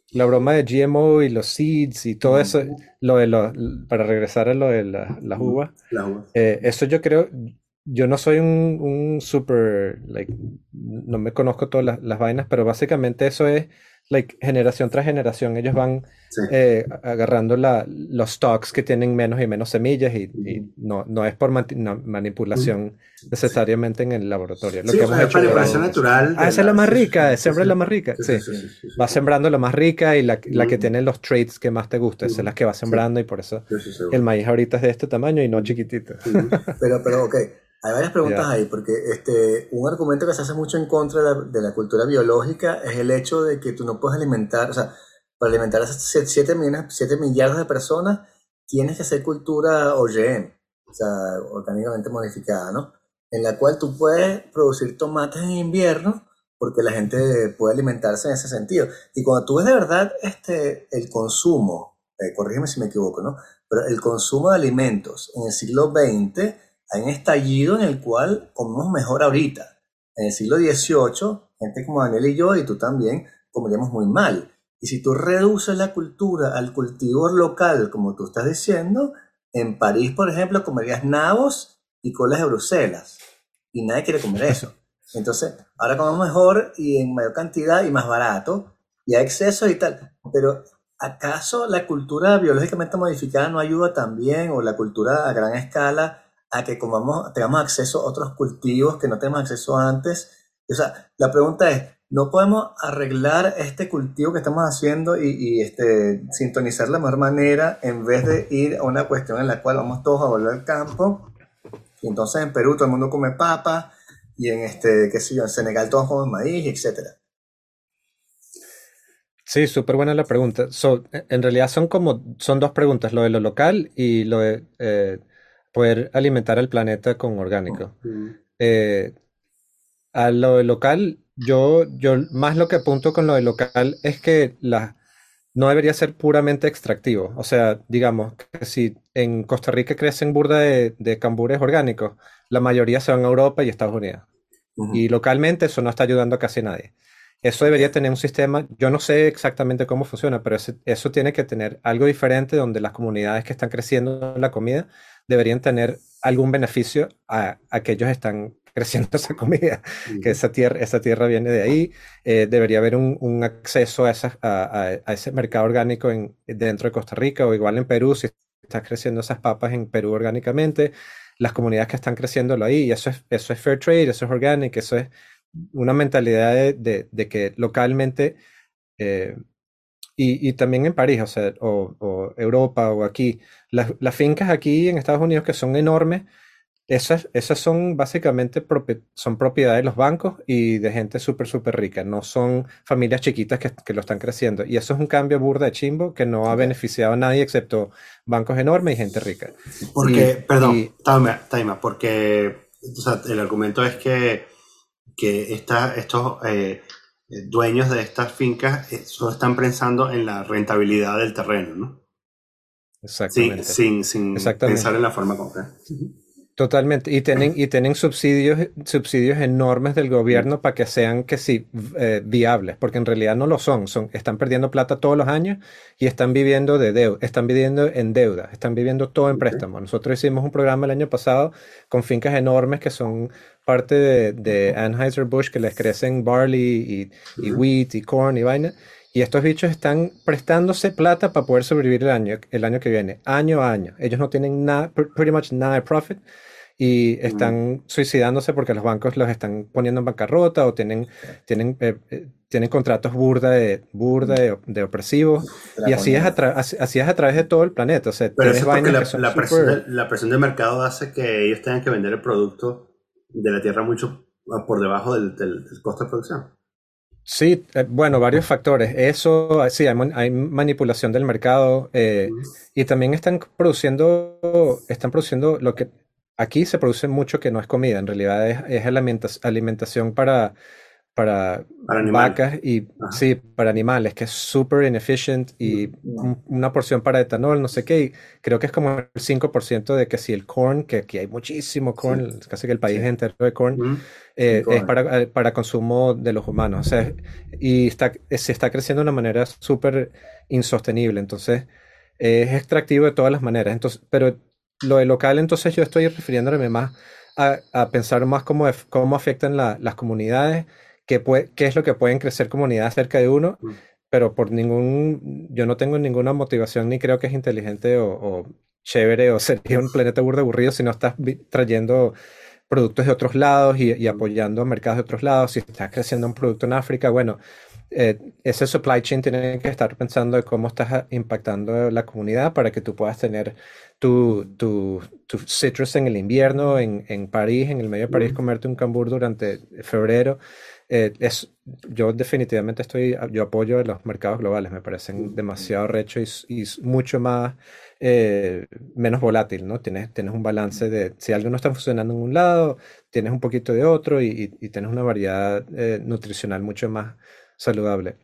B: la broma de G M O y los seeds y todo eso,
A: Ujú.
B: lo de los, para regresar a lo de la- las
A: Ujú.
B: uvas,
A: Las uvas.
B: eh, eso yo creo, yo no soy un, un super, like, no me conozco todas las, las vainas, pero básicamente eso es, like, generación tras generación, ellos van
A: Sí.
B: eh, agarrando la, los stocks que tienen menos y menos semillas y, y
A: Ujú.
B: no, no es por manti- no, manipulación
A: Sí.
B: necesariamente en el laboratorio. Lo
A: Sí,
B: que
A: o
B: hemos
A: sea, es
B: hecho
A: manipulación
B: con...
A: natural
B: Ah,
A: de
B: esa es la
A: la...
B: más
A: Sí, sí,
B: rica,
A: sí,
B: siembra
A: sí.
B: la más rica.
A: Sí,
B: Sí,
A: sí, sí, sí, sí, sí,
B: va
A: sí.
B: sembrando la más rica y la, la que
A: Ujú.
B: tiene los traits que más te gusta, esa es la
A: Ujú.
B: que va
A: Sí,
B: sembrando y por eso
A: yo estoy
B: el
A: seguro.
B: maíz ahorita es de este tamaño y no
A: Ujú.
B: chiquitito.
A: Ujú.
C: Pero, pero, ok, hay varias preguntas
B: Ya.
C: ahí, porque este, un argumento que se hace mucho en contra de la, de la cultura biológica es el hecho de que tú no puedes alimentar, o sea, para alimentar a esas siete millones, siete millardos de personas, tienes que hacer cultura O G M, o sea, orgánicamente modificada, ¿no? En la cual tú puedes producir tomates en invierno porque la gente puede alimentarse en ese sentido. Y cuando tú ves de verdad este, el consumo, eh, corrígeme si me equivoco, ¿no? Pero el consumo de alimentos en el siglo veinte hay un estallido en el cual comemos mejor ahorita. En el siglo dieciocho, gente como Daniel y yo, y tú también, comeríamos muy mal. Y si tú reduces la cultura al cultivo local, como tú estás diciendo, en París, por ejemplo, comerías nabos y colas de Bruselas. Y nadie quiere comer eso. Entonces, ahora comemos mejor y en mayor cantidad y más barato. Y hay exceso y tal. Pero ¿acaso la cultura biológicamente modificada no ayuda también, o la cultura a gran escala, a que comamos, tengamos acceso a otros cultivos que no tenemos acceso antes? O sea, la pregunta es, ¿no podemos arreglar este cultivo que estamos haciendo y, y, este, sintonizar la mejor manera en vez de ir a una cuestión en la cual vamos todos a volver al campo? Y entonces en Perú todo el mundo come papa y en este, qué sé yo, en Senegal todos comen maíz, etcétera.
B: Sí, súper buena la pregunta. So, e- en realidad son como, son dos preguntas, lo de lo local y lo de eh, poder alimentar al planeta con orgánico.
A: Ujú.
B: Eh, a lo de local, yo, yo más lo que apunto con lo de local es que la, no debería ser puramente extractivo. O sea, digamos que si en Costa Rica crecen burda de, de cambures orgánicos, la mayoría se van a Europa y Estados Unidos. Y
C: Uh-huh.
B: localmente eso no está ayudando a casi nadie. Eso
C: Ok.
B: debería tener un sistema, yo no sé exactamente cómo funciona, pero ese- eso tiene que tener algo diferente donde las comunidades que están creciendo la comida deberían tener algún beneficio a, a que ellos están creciendo esa comida, que
A: Ujú.
B: esa tierra, esa tierra viene de ahí. Eh, debería haber un, un acceso a, esas- a, a- a ese mercado orgánico en, dentro de Costa Rica o igual en Perú, si estás creciendo esas papas en Perú orgánicamente, las comunidades que están creciéndolo ahí, y eso es, eso es fair trade, eso es organic, eso es una mentalidad de, de- de que localmente, eh, y, y también en París, o sea, o, o Europa o aquí, las, las fincas aquí en Estados Unidos que son enormes, esas, esas son básicamente propi- son propiedad de los bancos y de gente súper, súper rica, no son familias chiquitas que, que lo están creciendo. Y eso es un cambio burda de chimbo que no ha
C: Ok.
B: beneficiado a nadie excepto bancos enormes y gente rica. Y,
A: Porque, perdón,
B: y
A: Taima, Taima, porque o sea, el argumento es que, que esta- estos eh, eh, dueños de estas fincas eh, solo están pensando en la rentabilidad del terreno, ¿no? Sin,
B: exactamente,
A: sin, sin pensar
B: exactamente.
A: en la forma concreta.
B: Totalmente. Y tienen, y tienen subsidios, subsidios enormes del
A: Ujú.
B: gobierno para que sean que sí eh, viables, porque en realidad no lo son. Son, están perdiendo plata todos los años y están viviendo de deuda, están viviendo en deuda, están viviendo todo en
A: Ok.
B: préstamo. Nosotros hicimos un programa el año pasado con fincas enormes que son parte de, de Anheuser-Busch, que les crecen barley y, y
A: Ujú.
B: wheat y corn y vaina. Y estos bichos están prestándose plata para poder sobrevivir el año, el año que viene, año a año. Ellos no tienen nada, pr- pretty much nada de profit y
A: Ujú.
B: están suicidándose porque los bancos los están poniendo en bancarrota o tienen, tienen, eh, eh, tienen contratos burda de, burda de, de opresivos. Y así es, a
C: Draconiano.
B: tra- así, así es a través de todo el planeta. O sea,
A: Pero
B: tienes
A: eso es porque
B: vainas que
A: la,
B: son
A: la presión
B: súper...
A: de, la presión de mercado hace que ellos tengan que vender el producto de la tierra mucho por debajo del, del- del costo de producción.
B: Sí, eh, bueno, varios factores. Eso, eh, sí, hay, man- hay manipulación del mercado eh,
A: Ujú.
B: y también están produciendo, están produciendo lo que aquí se produce mucho que no es comida, en realidad es, es alimenta- alimentación para para
A: Para animales.
B: vacas y
A: Ajá.
B: sí, para animales, que es súper inefficient y un- una porción para etanol, no sé qué, y creo que es como el cinco por ciento de que si el corn, que aquí hay muchísimo corn, casi que el país
C: Sí.
B: es entero de corn,
A: Ujú.
B: eh,
C: Corn.
B: es para, eh, para consumo de los humanos, o sea, y está, eh, se está creciendo de una manera súper insostenible, entonces eh, es extractivo de todas las maneras, entonces, pero lo de local, entonces yo estoy refiriéndome más a, a pensar más cómo, ef- cómo afectan la- las comunidades, qué, pue- qué es lo que pueden crecer comunidades cerca de uno,
A: Ujú.
B: pero por ningún, yo no tengo ninguna motivación ni creo que es inteligente o, o chévere o sería un planeta burdo aburrido si no estás vi- trayendo productos de otros lados y, y apoyando mercados de otros lados. Si estás creciendo un producto en África, bueno, eh, ese supply chain tiene que estar pensando de cómo estás a- impactando la comunidad para que tú puedas tener tu, tu, tu citrus en el invierno, en, en París, en el medio de París,
A: Ujú.
B: comerte un cambur durante febrero. Eh, es, yo definitivamente estoy, yo apoyo los mercados globales, me parecen demasiado rechos y, s- y s- mucho más, eh, menos volátil, ¿no? Tienes, tienes un balance de, si algo no está funcionando en un lado, tienes un poquito de otro y, y- y tienes una variedad eh, nutricional mucho más saludable.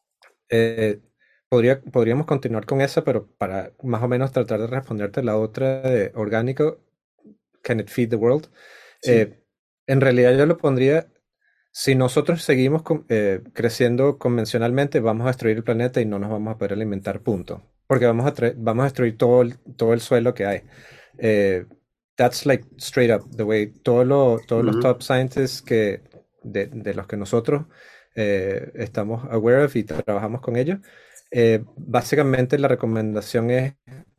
B: Eh, podría, podríamos continuar con esa, pero para más o menos tratar de responderte la otra de orgánico, can it feed the world?
C: Sí.
B: Eh, en realidad yo lo pondría, si nosotros seguimos con- eh, creciendo convencionalmente, vamos a destruir el planeta y no nos vamos a poder alimentar, punto. Porque vamos a, tra- vamos a destruir todo el, todo el suelo que hay. Eh, that's like straight up, the way todo lo- todos los
A: Ujú.
B: top scientists que, de, de los que nosotros eh, estamos aware of y trabajamos con ellos, eh, básicamente la recomendación es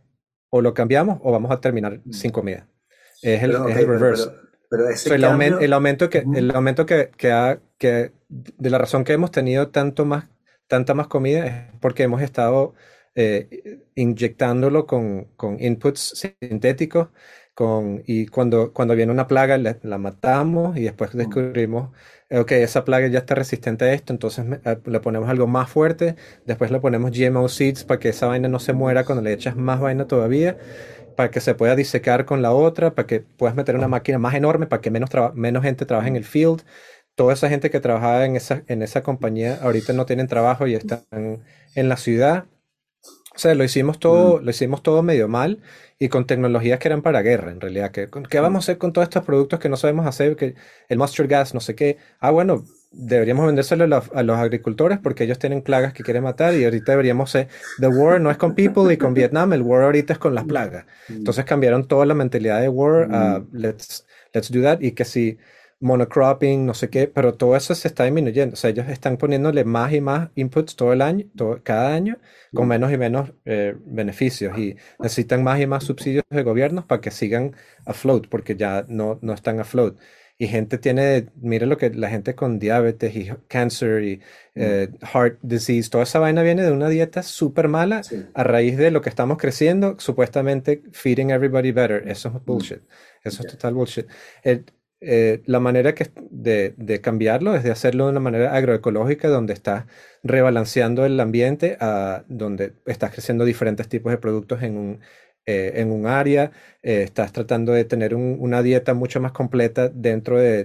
B: o lo cambiamos o vamos a terminar sin comida. Es el,
C: Pero, ok,
B: es el
C: pero,
B: reverse.
C: pero, pero
B: So,
C: ese
B: el, aumen-
C: cambio.
B: el aumento que,
C: Ujú.
B: el aumento que, que ha, que de la razón que hemos tenido tanto más, tanta más comida es porque hemos estado eh, inyectándolo con, con inputs sintéticos con, y cuando, cuando viene una plaga la, la matamos y después descubrimos, eh, ok, esa plaga ya está resistente a esto, entonces me- eh, le ponemos algo más fuerte, después le ponemos G M O seeds para que esa vaina no se muera cuando le echas más vaina todavía para que se pueda disecar con la otra, para que puedas meter una máquina más enorme, para que menos, traba- menos gente trabaje en el field. Toda esa gente que trabajaba en esa, en esa compañía ahorita no tienen trabajo y están en la ciudad. O sea, lo hicimos todo,
C: Mm,
B: lo hicimos todo medio mal y con tecnologías que eran para guerra, en realidad. ¿Qué, con- qué vamos a hacer con todos estos productos que no sabemos hacer? Que el mustard gas, no sé qué. Ah, bueno, deberíamos vendérselo a los, a los agricultores porque ellos tienen plagas que quieren matar y ahorita deberíamos ser, the war no es con people y con Vietnam, el war ahorita es con las plagas.
C: mm,
B: Entonces cambiaron toda la mentalidad de war a
C: mm,
B: let's, let's do that y que si monocropping, no sé qué, pero todo eso se está disminuyendo. O sea, ellos están poniéndole más y más inputs todo el año, todo, cada año con
C: mm.
B: menos y menos eh, beneficios y necesitan más y más subsidios de gobiernos para que sigan afloat, porque ya no, no están afloat. Y gente tiene, mire lo que la gente con diabetes y cáncer y eh, heart disease, toda esa vaina viene de una dieta súper mala
C: Sí.
B: a raíz de lo que estamos creciendo, supuestamente feeding everybody better. Eso es bullshit. Eso es
C: Ya.
B: total bullshit. El- eh, la manera que, de, de cambiarlo es de hacerlo de una manera agroecológica donde está rebalanceando el ambiente a donde estás creciendo diferentes tipos de productos en un, eh, en un área, eh, estás tratando de tener un- una dieta mucho más completa dentro de...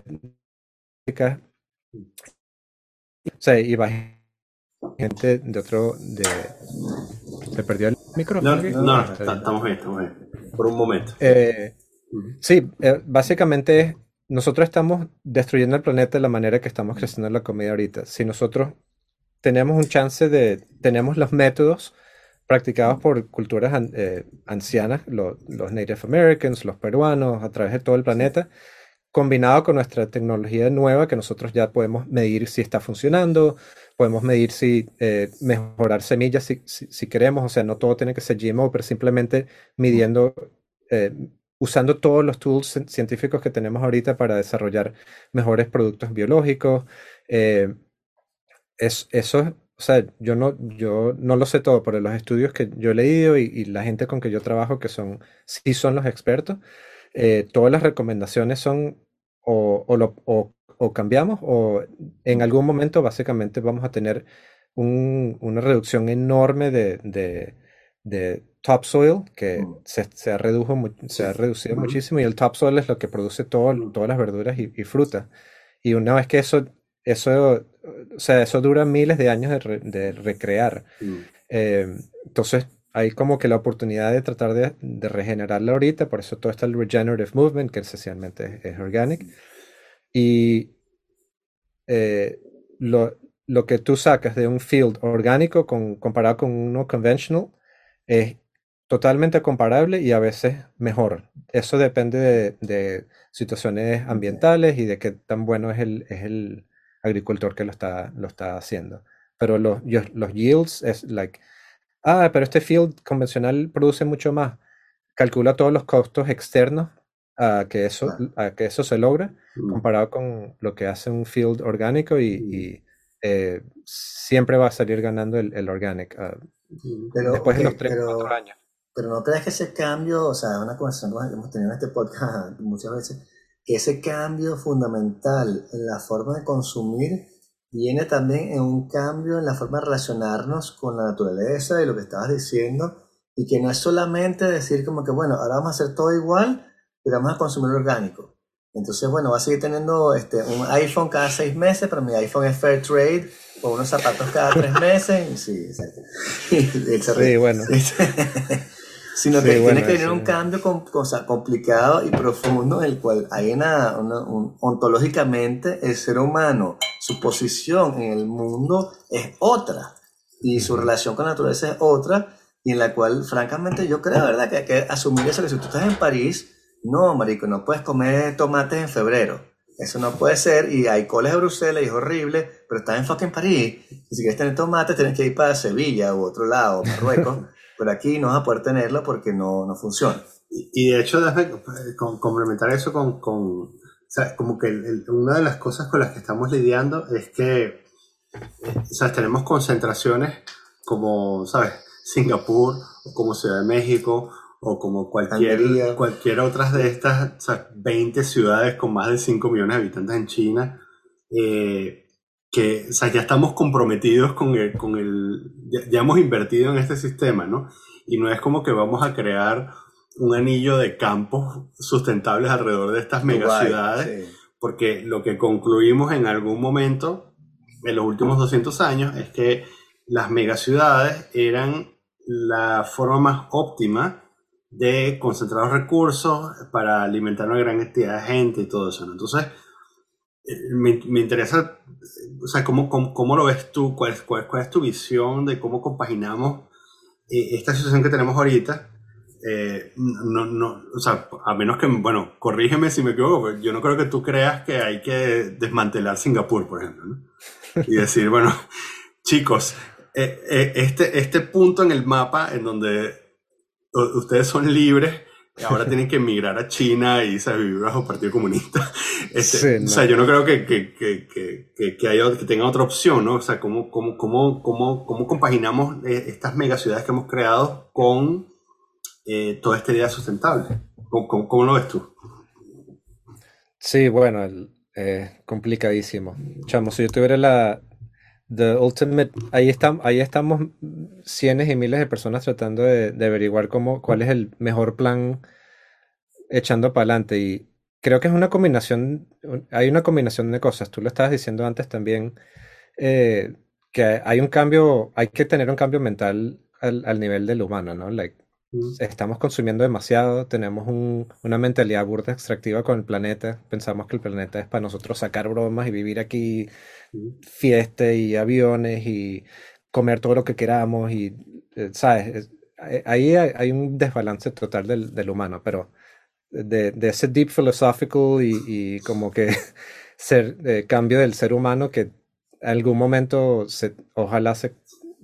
B: O sea, y va gente de otro... De, ¿se perdió el
A: No,
B: micrófono aquí?
A: no,
B: Ah,
C: No,
B: está
A: está-
B: bien.
A: estamos bien, estamos bien. Por un momento.
B: Eh,
A: Ujú.
B: sí, eh, básicamente es, nosotros estamos destruyendo el planeta de la manera que estamos creciendo la comida ahorita. Si nosotros tenemos un chance de, tenemos los métodos practicados por culturas an- eh, ancianas, lo- los Native Americans, los peruanos, a través de todo el
C: sí.
B: planeta, combinado con nuestra tecnología nueva que nosotros ya podemos medir si está funcionando, podemos medir si eh, mejorar semillas si, si- si queremos, o sea, no todo tiene que ser G M O, pero simplemente midiendo, eh, usando todos los tools cien- científicos que tenemos ahorita para desarrollar mejores productos biológicos. eh, es, eso, o sea, yo no, yo no lo sé todo, pero los estudios que yo he leído y, y la gente con que yo trabajo, que son, sí son los expertos, eh, todas las recomendaciones son o, o, lo- o- o cambiamos o en algún momento básicamente vamos a tener un- una reducción enorme de, de, de topsoil que
C: Mm,
B: se, se ha, redujo mu- se
C: sí.
B: ha reducido
A: Ujú.
B: muchísimo y el topsoil es lo que produce todo,
A: Ujú.
B: todas las verduras y, y frutas. Y una vez que eso eso, o sea, eso dura miles de años de, re- de recrear.
A: Mm.
B: Eh, entonces, hay como que la oportunidad de tratar de, de regenerarla ahorita, por eso todo está el Regenerative Movement, que esencialmente es, es organic. Y eh, lo, lo que tú sacas de un field orgánico con, comparado con uno conventional es totalmente comparable y a veces mejor. Eso depende de, de situaciones ambientales y de qué tan bueno es el, es el agricultor que lo está, lo está haciendo. Pero los, yo- los yields es like, ah, pero este field convencional produce mucho más. Calcula todos los costos externos a que eso,
C: Claro.
B: a que eso se logra
A: Mm.
B: comparado con lo que hace un field orgánico y,
A: Mm.
B: y, eh, siempre va a salir ganando el, el organic, ah,
A: Mm.
C: Pero,
B: después
C: ok,
B: de los tres cuatro
C: pero,
B: años.
C: pero ¿no crees que ese cambio, o sea, una conversación que hemos tenido en este podcast muchas veces, que ese cambio fundamental en la forma de consumir viene también en un cambio en la forma de relacionarnos con la naturaleza y lo que estabas diciendo, y que no es solamente decir como que, bueno, ahora vamos a hacer todo igual, pero vamos a consumir orgánico. Entonces, bueno, va a seguir teniendo este, un iPhone cada seis meses, pero mi iPhone es Fair Trade, o unos zapatos cada tres meses, y sí, exacto. Y él se ríe.
B: Sí, bueno,
C: Sino
B: sí,
C: que tiene
B: bueno,
C: que venir
B: eso.
C: un cambio com- o sea, complicado y profundo en el cual hay una, una- un- ontológicamente el ser humano, su posición en el mundo es otra y su
B: Ujú.
C: relación con la naturaleza es otra y en la cual francamente yo creo, ¿verdad? Que hay que asumir eso, que si tú estás en París, no, marico, no puedes comer tomates en febrero. Eso no puede ser y hay coles de Bruselas y es horrible, pero estás en fucking París y si quieres tener tomates tienes que ir para Sevilla u otro lado, Marruecos. Pero aquí no vas a poder tenerlo porque no, no funciona.
A: Y, y de hecho, déjame com- complementar eso con, con o sea, como que el- el- una de las cosas con las que estamos lidiando es que, eh, o sea, tenemos concentraciones como, ¿sabes? Singapur, o como Ciudad de México, o como cualquier,
C: Almería.
A: cualquier otra de estas, o sea, veinte ciudades con más de cinco millones de habitantes en China, eh, que, o sea, ya estamos comprometidos con el, con el ya, ya hemos invertido en este sistema, ¿no? Y no es como que vamos a crear un anillo de campos sustentables alrededor de estas
C: Dubái,
A: megaciudades,
C: sí.
A: porque lo que concluimos en algún momento, en los últimos doscientos años, es que las megaciudades eran la forma más óptima de concentrar los recursos para alimentar una gran cantidad de gente y todo eso, ¿no? Entonces, eh, me, me interesa, eh, o sea, ¿cómo, cómo, cómo lo ves tú? ¿Cuál es, cuál, cuál es tu visión de cómo compaginamos eh, esta situación que tenemos ahorita? Eh, no, no, o sea, a menos que, bueno, corrígeme si me equivoco, pero yo no creo que tú creas que hay que desmantelar Singapur, por ejemplo, ¿no? Y decir, bueno, chicos, eh, eh, este, este punto en el mapa en donde u- ustedes son libres, ahora tienen que emigrar a China y, ¿sabes?, vivir bajo Partido Comunista. Este,
B: Sí,
A: o sea,
B: no.
A: yo no creo que, que, que, que, que, que haya, que tenga otra opción, ¿no? O sea, ¿cómo, cómo, cómo, cómo, cómo compaginamos eh, estas megaciudades que hemos creado con eh, toda esta idea sustentable? ¿Cómo, cómo, cómo lo ves tú?
B: Sí, bueno, el- eh, complicadísimo. Chamo, si yo tuviera la the ultimate, ahí estamos, ahí estamos cientos y miles de personas tratando de, de averiguar cómo, cuál es el mejor plan echando para adelante. Y creo que es una combinación, un- hay una combinación de cosas. Tú lo estabas diciendo antes también, eh, que hay un cambio, hay que tener un cambio mental al, al nivel del humano, ¿no? Like,
A: Mm,
B: estamos consumiendo demasiado, tenemos un- una mentalidad burda extractiva con el planeta. Pensamos que el planeta es para nosotros sacar bromas y vivir aquí,
A: mm,
B: fiesta y aviones y comer todo lo que queramos y, eh, ¿sabes? Es- eh, ahí hay, hay un desbalance total del, del humano, pero de, de ese deep philosophical y, y como que ser, eh, cambio del ser humano que en algún momento se, ojalá se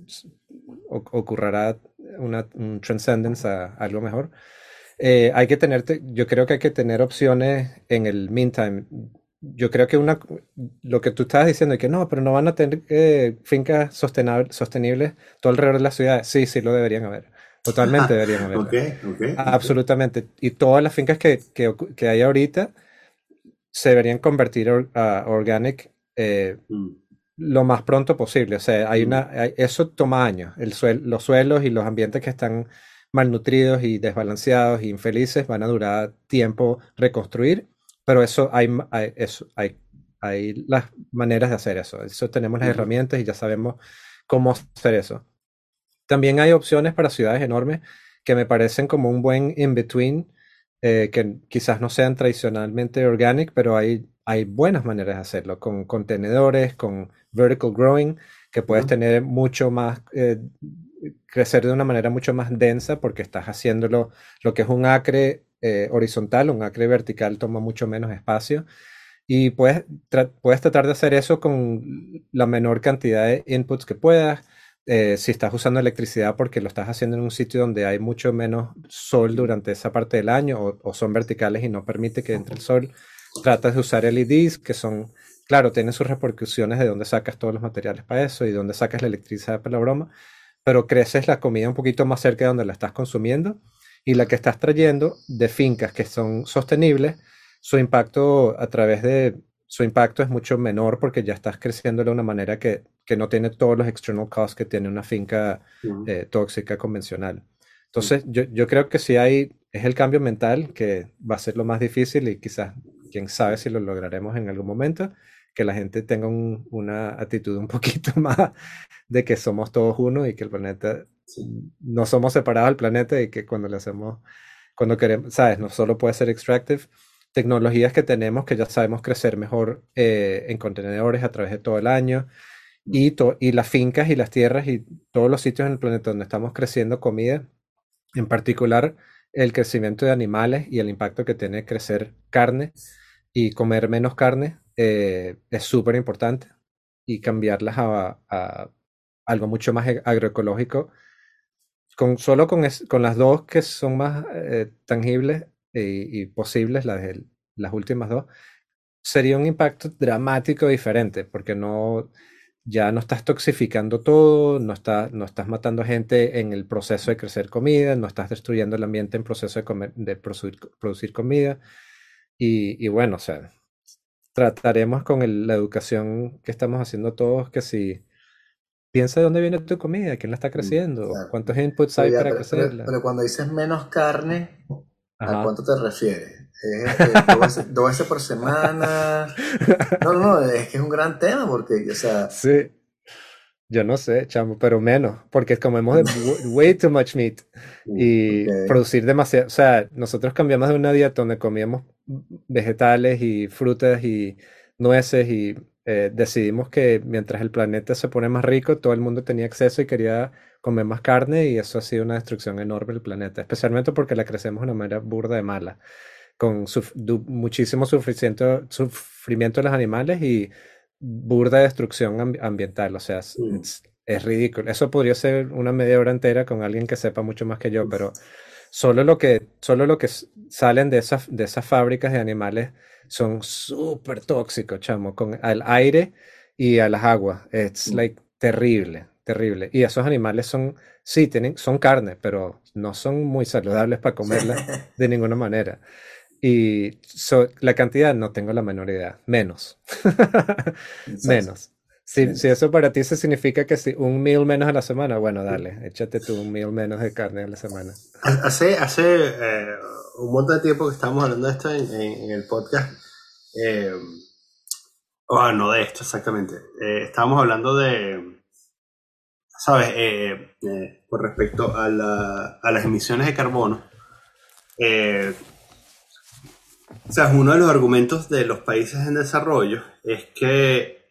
B: o- ocurrirá una, un transcendence a algo mejor. Eh, hay que tener, te- yo creo que hay que tener opciones en el meantime. Yo creo que una, lo que tú estabas diciendo, que no, pero no van a tener eh, fincas sostenab- sostenibles todo alrededor de la ciudad. Sí, sí, lo deberían haber. Totalmente deberían
A: ok,
B: haberla.
A: ok, ok.
B: Absolutamente. Y todas las fincas que, que, ocu- que hay ahorita se deberían convertir or- a organic, eh,
A: Mm,
B: lo más pronto posible. O sea, hay
A: mm,
B: una, hay- eso toma años. El suel- los suelos y los ambientes que están malnutridos y desbalanceados y infelices van a durar tiempo reconstruir, pero eso hay, ma- hay- eso hay hay las maneras de hacer eso. Eso tenemos las
A: Ujú.
B: herramientas y ya sabemos cómo hacer eso. También hay opciones para ciudades enormes que me parecen como un buen in-between, eh, que quizás no sean tradicionalmente organic, pero hay, hay buenas maneras de hacerlo, con contenedores, con vertical growing, que puedes
A: Ujú.
B: tener mucho más, eh, crecer de una manera mucho más densa porque estás haciéndolo, lo que es un acre eh, horizontal, un acre vertical toma mucho menos espacio. Y puedes, tra- puedes tratar de hacer eso con la menor cantidad de inputs que puedas. Eh, si estás usando electricidad porque lo estás haciendo en un sitio donde hay mucho menos sol durante esa parte del año o, o son verticales y no permite que entre el sol, tratas de usar L E Ds que son, claro, tienen sus repercusiones de dónde sacas todos los materiales para eso y dónde sacas la electricidad para la broma, pero creces la comida un poquito más cerca de donde la estás consumiendo y la que estás trayendo de fincas que son sostenibles, su impacto a través de su impacto es mucho menor porque ya estás creciendo de una manera que, que no tiene todos los external costs que tiene una finca
A: Ujú.
B: eh, tóxica convencional.
A: Ujú.
B: Entonces, yo, yo creo que sí hay, es el cambio mental que va a ser lo más difícil y quizás, quién sabe si lo lograremos en algún momento, que la gente tenga un- una actitud un poquito más de que somos todos uno y que el planeta,
A: Sí.
B: no somos separados del planeta y que cuando le hacemos, cuando queremos, sabes, no solo puede ser extractive, tecnologías que tenemos que ya sabemos crecer mejor eh, en contenedores a través de todo el año y, to- y las fincas y las tierras y todos los sitios en el planeta donde estamos creciendo comida, en particular el crecimiento de animales y el impacto que tiene crecer carne y comer menos carne eh, es súper importante y cambiarlas a, a algo mucho más e- agroecológico. Con, solo con, es- con las dos que son más eh, tangibles y, y posibles, las, del- las últimas dos, sería un impacto dramático diferente, porque no, ya no estás toxificando todo, no, está- no estás matando gente en el proceso de crecer comida, no estás destruyendo el ambiente en proceso de, comer- de producir, producir comida. Y, y bueno, o sea, trataremos con el- la educación que estamos haciendo todos, que si piensa de dónde viene tu comida, quién la está
A: Mm.
B: creciendo,
C: Claro.
B: cuántos inputs
C: Pero
B: hay
C: ya,
B: para
C: pero, pero,
B: crecerla.
C: pero cuando dices menos carne, ¿a
B: Ajá.
C: cuánto te refieres? ¿Es, eh, dos veces, dos veces por semana? No, no, no, es que es un gran tema porque, o sea,
B: Sí, yo no sé, chamo, pero menos, porque comemos de w- way too much meat
A: Mm.
C: ok,
B: y producir demasiado, o sea, nosotros cambiamos de una dieta donde comíamos vegetales y frutas y nueces y eh, decidimos que mientras el planeta se pone más rico, todo el mundo tenía acceso y quería comer más carne y eso ha sido una destrucción enorme del planeta, especialmente porque la crecemos de una manera burda de mala, con suf- du- muchísimo sufrimiento, sufrimiento de los animales y burda destrucción amb- ambiental, o sea, es,
A: Mm.
B: it's- es ridículo. Eso podría ser una media hora entera con alguien que sepa mucho más que yo, pero solo lo que, solo lo que s- salen de esas, de esas fábricas de animales son súper tóxicos, chamo, con al aire y a las aguas. Es
A: Mm.
B: like terrible, terrible. Y esos animales son, sí, tienen, son carne, pero no son muy saludables para comerlas de ninguna manera. Y so- la cantidad no tengo la menor idea. Menos.
C: exacto.
B: Menos. Si, si
C: Menos.
B: eso para ti se significa que si un meal menos a la semana, bueno, dale, échate tú un meal menos de carne a la semana.
A: Hace, hace eh, un montón de tiempo que estábamos hablando de esto en, en- en el podcast. Eh, oh, no de esto exactamente. Eh, estábamos hablando de, ¿sabes? Eh, eh, con respecto a, la- a las emisiones de carbono. Eh, o sea, uno de los argumentos de los países en desarrollo es que,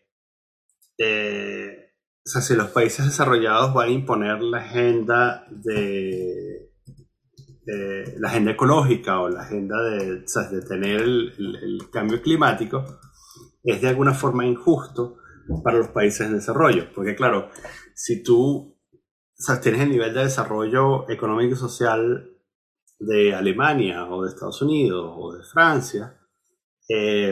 A: eh, o sea, si los países desarrollados van a imponer la agenda de, de- la agenda ecológica o la agenda de, o sea, de tener el, el- el cambio climático, es de alguna forma injusto para los países en desarrollo. Porque claro, si tú, o sea, tienes el nivel de desarrollo económico y social de Alemania o de Estados Unidos o de Francia, eh,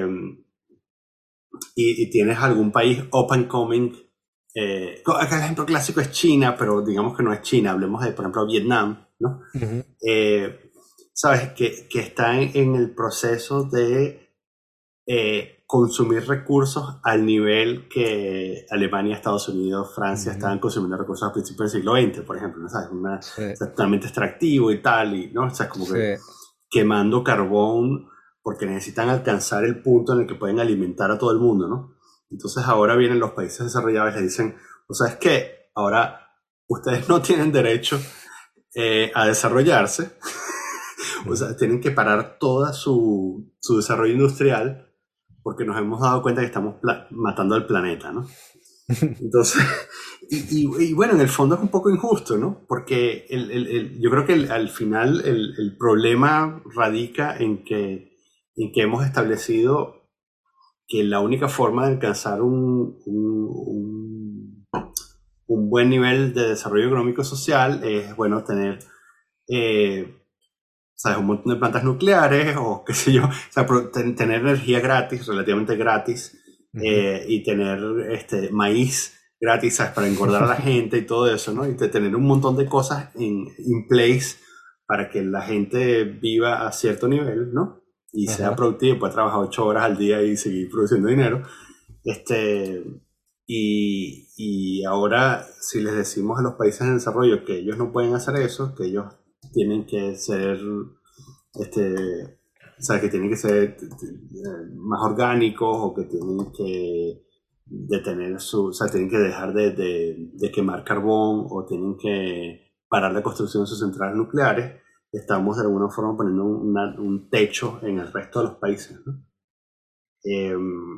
A: y, y tienes algún país up and coming, eh, acá el ejemplo clásico es China, pero digamos que no es China, hablemos de, por ejemplo, Vietnam, ¿no?
B: Ujú.
A: Eh, sabes, que, que está en, en el proceso de eh, consumir recursos al nivel que Alemania, Estados Unidos, Francia
B: Ujú.
A: estaban consumiendo recursos a principios del siglo veinte, por ejemplo, ¿no? ¿Sabes? Una,
B: Sí,
A: o sea, totalmente extractivo y tal, y, ¿no? O sea, como que
B: sí.
A: quemando carbón porque necesitan alcanzar el punto en el que pueden alimentar a todo el mundo, ¿no? Entonces ahora vienen los países desarrollados y les dicen, o sea, es que ahora ustedes no tienen derecho eh, a desarrollarse, o sea, tienen que parar todo su, su desarrollo industrial porque nos hemos dado cuenta que estamos matando al planeta, ¿no? Entonces, y, y, y bueno, en el fondo es un poco injusto, ¿no? Porque el, el, el, yo creo que el, al final el, el problema radica en que, en que hemos establecido que la única forma de alcanzar un, un, un, un buen nivel de desarrollo económico social es, bueno, tener, eh, ¿sabes? Un montón de plantas nucleares o qué sé yo, o sea, tener energía gratis, relativamente gratis, eh, y tener este, maíz gratis, ¿sabes? Para engordar a la gente y todo eso, ¿no? Y de tener un montón de cosas en in place para que la gente viva a cierto nivel, ¿no? Y Ajá. sea productivo, pueda trabajar ocho horas al día y seguir produciendo dinero. Este, y, y ahora, si les decimos a los países en desarrollo que ellos no pueden hacer eso, que ellos tienen que ser, este, o sea, que tienen que ser más orgánicos o que tienen que detener su, o sea, tienen que dejar de, de, de quemar carbón o tienen que parar la construcción de sus centrales nucleares, estamos de alguna forma poniendo una, un techo en el resto de los países, ¿no? Eh,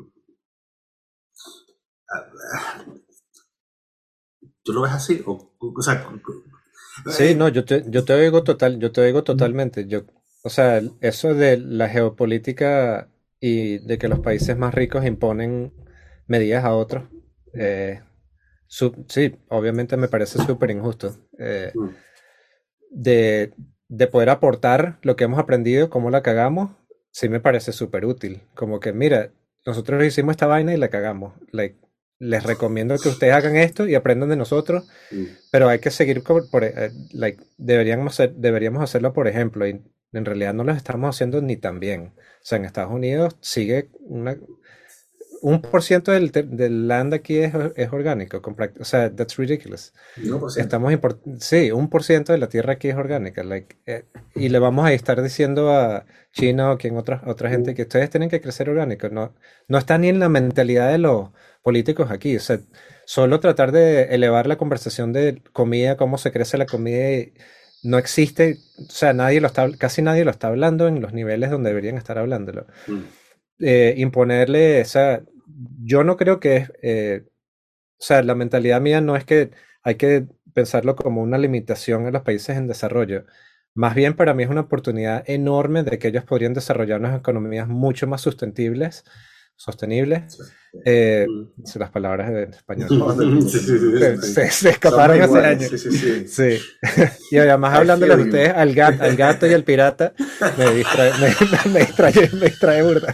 A: ¿Tú lo ves así? O, o sea,
B: sí, no, yo te, yo te oigo total, yo te oigo totalmente. Yo, o sea, eso de la geopolítica y de que los países más ricos imponen medidas a otros, eh, sub, sí, obviamente me parece súper injusto. Eh, de, de poder aportar lo que hemos aprendido, cómo la cagamos, sí me parece súper útil. Como que, mira, nosotros hicimos esta vaina y la cagamos. Like, les recomiendo que ustedes hagan esto y aprendan de nosotros, mm. pero hay que seguir por, por eh, like, deberíamos, hacer, deberíamos hacerlo por ejemplo, y en realidad no lo estamos haciendo ni tan bien. O sea, en Estados Unidos sigue una, un por ciento del, del land aquí es, es orgánico, o sea, that's ridiculous.
C: uno por ciento.
B: Estamos import sí, un por ciento de la tierra aquí es orgánica, like, eh, y le vamos a estar diciendo a China o quien otra, otra gente que ustedes tienen que crecer orgánico. No, no está ni en la mentalidad de los políticos aquí. O sea, solo tratar de elevar la conversación de comida, cómo se crece la comida, y no existe, o sea, nadie lo está, casi nadie lo está hablando en los niveles donde deberían estar hablándolo. Mm. Eh, imponerle esa, yo no creo que es, eh, o sea, la mentalidad mía no es que hay que pensarlo como una limitación en los países en desarrollo. Más bien para mí es una oportunidad enorme de que ellos podrían desarrollar unas economías mucho más sustentables, sostenibles. Sí. Eh, mm. Las palabras en español sí, sí, sí, se, se, se escaparon hace años. Sí, sí, sí. Sí. Y además hablando de ustedes al gato, al gato y al pirata, me distrae, me, me distrae, me distrae burda.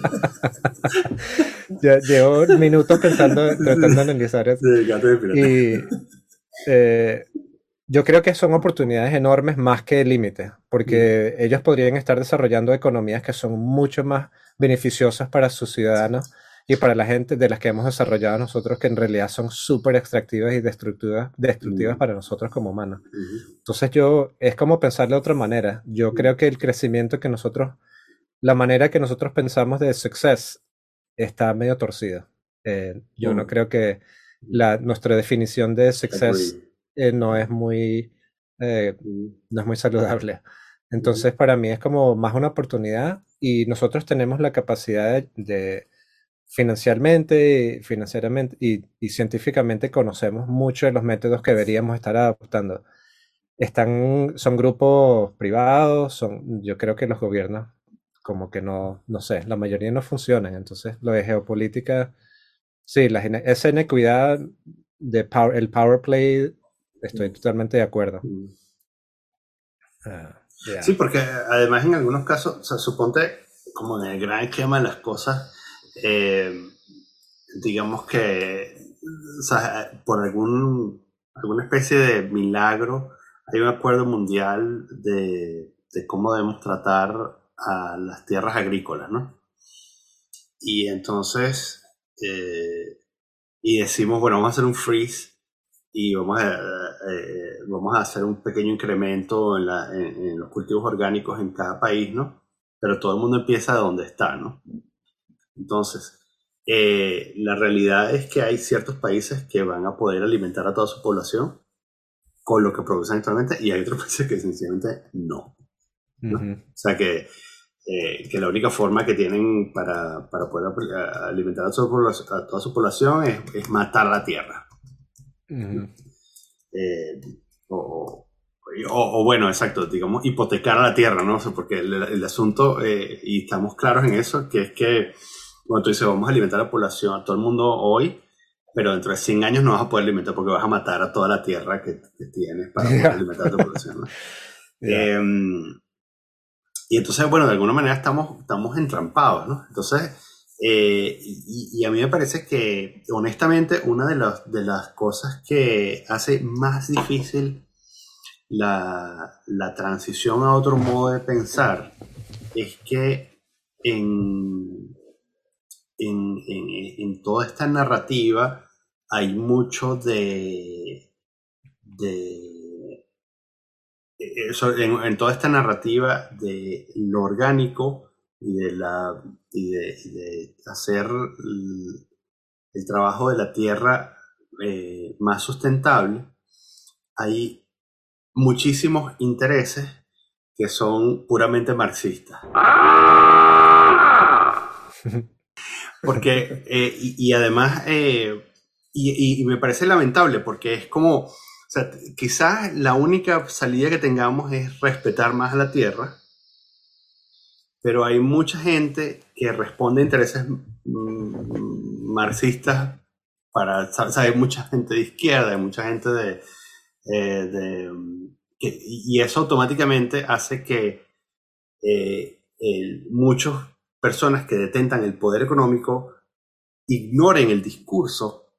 B: Ya llevo minutos pensando, tratando de analizar eso. Sí, gato y pirata. Y eh, yo creo que son oportunidades enormes más que límites, porque mm. ellos podrían estar desarrollando economías que son mucho más beneficiosas para sus ciudadanos y para la gente de las que hemos desarrollado nosotros, que en realidad son súper extractivas y destructivas, destructivas mm. para nosotros como humanos. Mm. Entonces yo, es como pensar de otra manera. Yo mm. creo que el crecimiento que nosotros, la manera que nosotros pensamos de success está medio torcida. Eh, yo mm. no creo que la, nuestra definición de success eh, no es muy, eh, mm. no es muy saludable. Entonces para mí es como más una oportunidad y nosotros tenemos la capacidad de, de financieramente, financieramente y, y científicamente conocemos mucho de los métodos que deberíamos estar adoptando. Están, son grupos privados, son, yo creo que los gobiernos como que no, no sé, la mayoría no funcionan. Entonces lo de geopolítica, sí, la, esa inequidad de power, el power play, estoy totalmente de acuerdo. Uh,
A: yeah. Sí, porque además en algunos casos, o sea, suponte como en el gran esquema de las cosas, eh, digamos que, o sea, por algún, alguna especie de milagro, hay un acuerdo mundial de, de cómo debemos tratar a las tierras agrícolas, ¿no? Y entonces, eh, y decimos, bueno, vamos a hacer un freeze y vamos a, eh, vamos a hacer un pequeño incremento en, la, en, en los cultivos orgánicos en cada país, ¿no? pero todo el mundo empieza de donde está, ¿no? Entonces, eh, la realidad es que hay ciertos países que van a poder alimentar a toda su población con lo que producen actualmente y hay otros países que sencillamente no, ¿no?
B: Ujú.
A: O sea que, eh, que la única forma que tienen para, para poder alimentar a, su población, a toda su población es, es matar la tierra.
B: Ujú.
A: Eh, o, o, o bueno, exacto, digamos, hipotecar a la tierra, ¿no? O sea, porque el, el asunto, eh, y estamos claros en eso, que es que cuando tú dices vamos a alimentar a la población, a todo el mundo hoy, pero dentro de cien años no vas a poder alimentar porque vas a matar a toda la tierra que, que tienes para poder
B: Yeah.
A: alimentar a tu población, ¿no?
B: Yeah.
A: Eh, y entonces, bueno, de alguna manera estamos, estamos entrampados, ¿no? Entonces, eh, y, y a mí me parece que, honestamente, una de, los, de las cosas que hace más difícil la, la transición a otro modo de pensar es que en, en, en, en toda esta narrativa hay mucho de, de eso, en, en toda esta narrativa de lo orgánico y de, la, y de, y de hacer el, el trabajo de la tierra eh, más sustentable, hay muchísimos intereses que son puramente marxistas. Porque, eh, y, y además, eh, y, y me parece lamentable porque es como, o sea, quizás la única salida que tengamos es respetar más a la tierra, pero hay mucha gente que responde a intereses mm, marxistas para, ¿sabes? Hay mucha gente de izquierda, hay mucha gente de, eh, de que, y eso automáticamente hace que eh, el, muchas personas que detentan el poder económico ignoren el discurso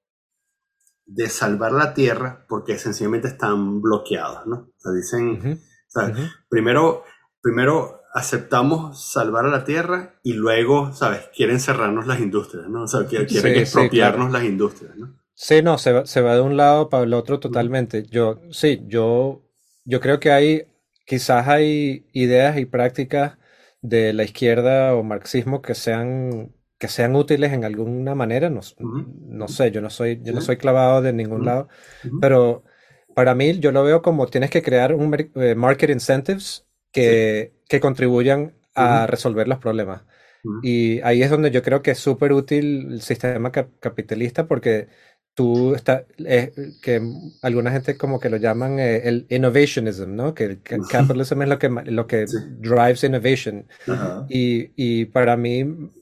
A: de salvar la tierra porque sencillamente están bloqueados, ¿no? O sea, dicen,
B: Ujú.
A: o sea,
B: Ujú.
A: primero, primero aceptamos salvar a la tierra y luego, ¿sabes? Quieren cerrarnos las industrias, ¿no? O sea, quieren, quieren
B: Sí, sí,
A: expropiarnos
B: claro.
A: las industrias, ¿no?
B: Sí, no, se va, se va de un lado para el otro
A: Ujú,
B: totalmente. Yo, sí, yo, yo creo que hay, quizás hay ideas y prácticas de la izquierda o marxismo que sean, que sean útiles en alguna manera. No, s-
A: ujú,
B: no
A: ujú.
B: sé, yo no soy, yo
A: Sí,
B: no soy clavado de ningún
A: ujú,
B: lado,
A: ujú.
B: pero para mí yo lo veo como tienes que crear un mer- eh, market incentives
A: Sí,
B: que, que contribuyan a
A: ujú,
B: resolver los problemas.
A: ujú,
B: Y ahí es donde yo creo que es súper útil el sistema cap- capitalista porque tú estás, que alguna gente como que lo llaman eh, el innovationism, ¿no? Que el ca-
A: ujú.
B: capitalism es lo que, ma- lo que
A: Sí,
B: drives innovation.
A: ujú,
C: Ajá.
B: Y, y para mí,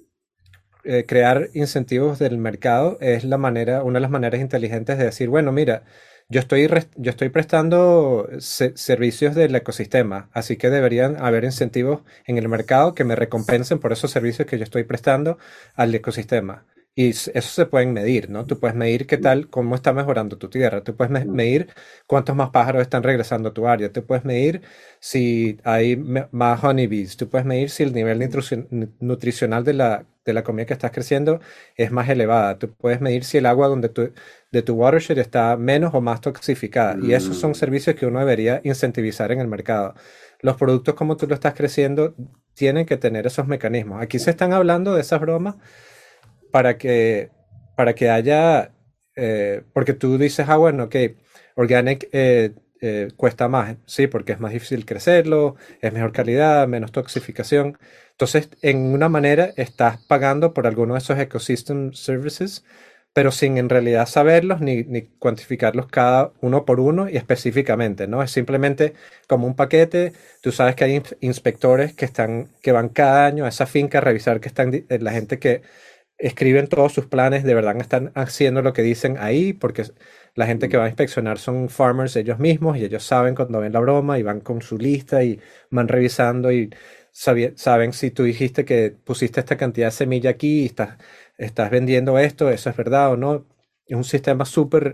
B: eh, crear incentivos del mercado es la manera, una de las maneras inteligentes de decir, bueno, mira, yo estoy, res- yo estoy prestando se- servicios del ecosistema, así que deberían haber incentivos en el mercado que me recompensen por esos servicios que yo estoy prestando al ecosistema. Y s- eso se pueden medir, ¿no? Tú puedes medir qué tal, cómo está mejorando tu tierra, tú puedes me-
A: ujú,
B: medir cuántos más pájaros están regresando a tu área, tú puedes medir si hay me- más honeybees, tú puedes medir si el nivel nutrici- nu- nutricional de la, de la comida que estás creciendo es más elevada, tú puedes medir si el agua donde tu, de tu watershed está menos o más toxificada. Y esos son
A: mm,
B: servicios que uno debería incentivizar en el mercado. Los productos como tú lo estás creciendo tienen que tener esos mecanismos. Aquí se están hablando de esas bromas para que, para que haya, eh, porque tú dices, ah, bueno, ok, organic eh, eh, cuesta más, sí, porque es más difícil crecerlo, es mejor calidad, menos toxificación. Entonces, en una manera, estás pagando por alguno de esos ecosystem services, pero sin en realidad saberlos ni, ni cuantificarlos cada uno por uno y específicamente, ¿no? Es simplemente como un paquete. Tú sabes que hay ins- inspectores que están, que van cada año a esa finca a revisar que están, di- eh, la gente que escriben todos sus planes, de verdad están haciendo lo que dicen ahí, porque la gente que va a inspeccionar son farmers ellos mismos y ellos saben cuando ven la broma y van con su lista y van revisando y sabi- saben si tú dijiste que pusiste esta cantidad de semilla aquí y estás, estás vendiendo esto, eso es verdad o no. Es un sistema súper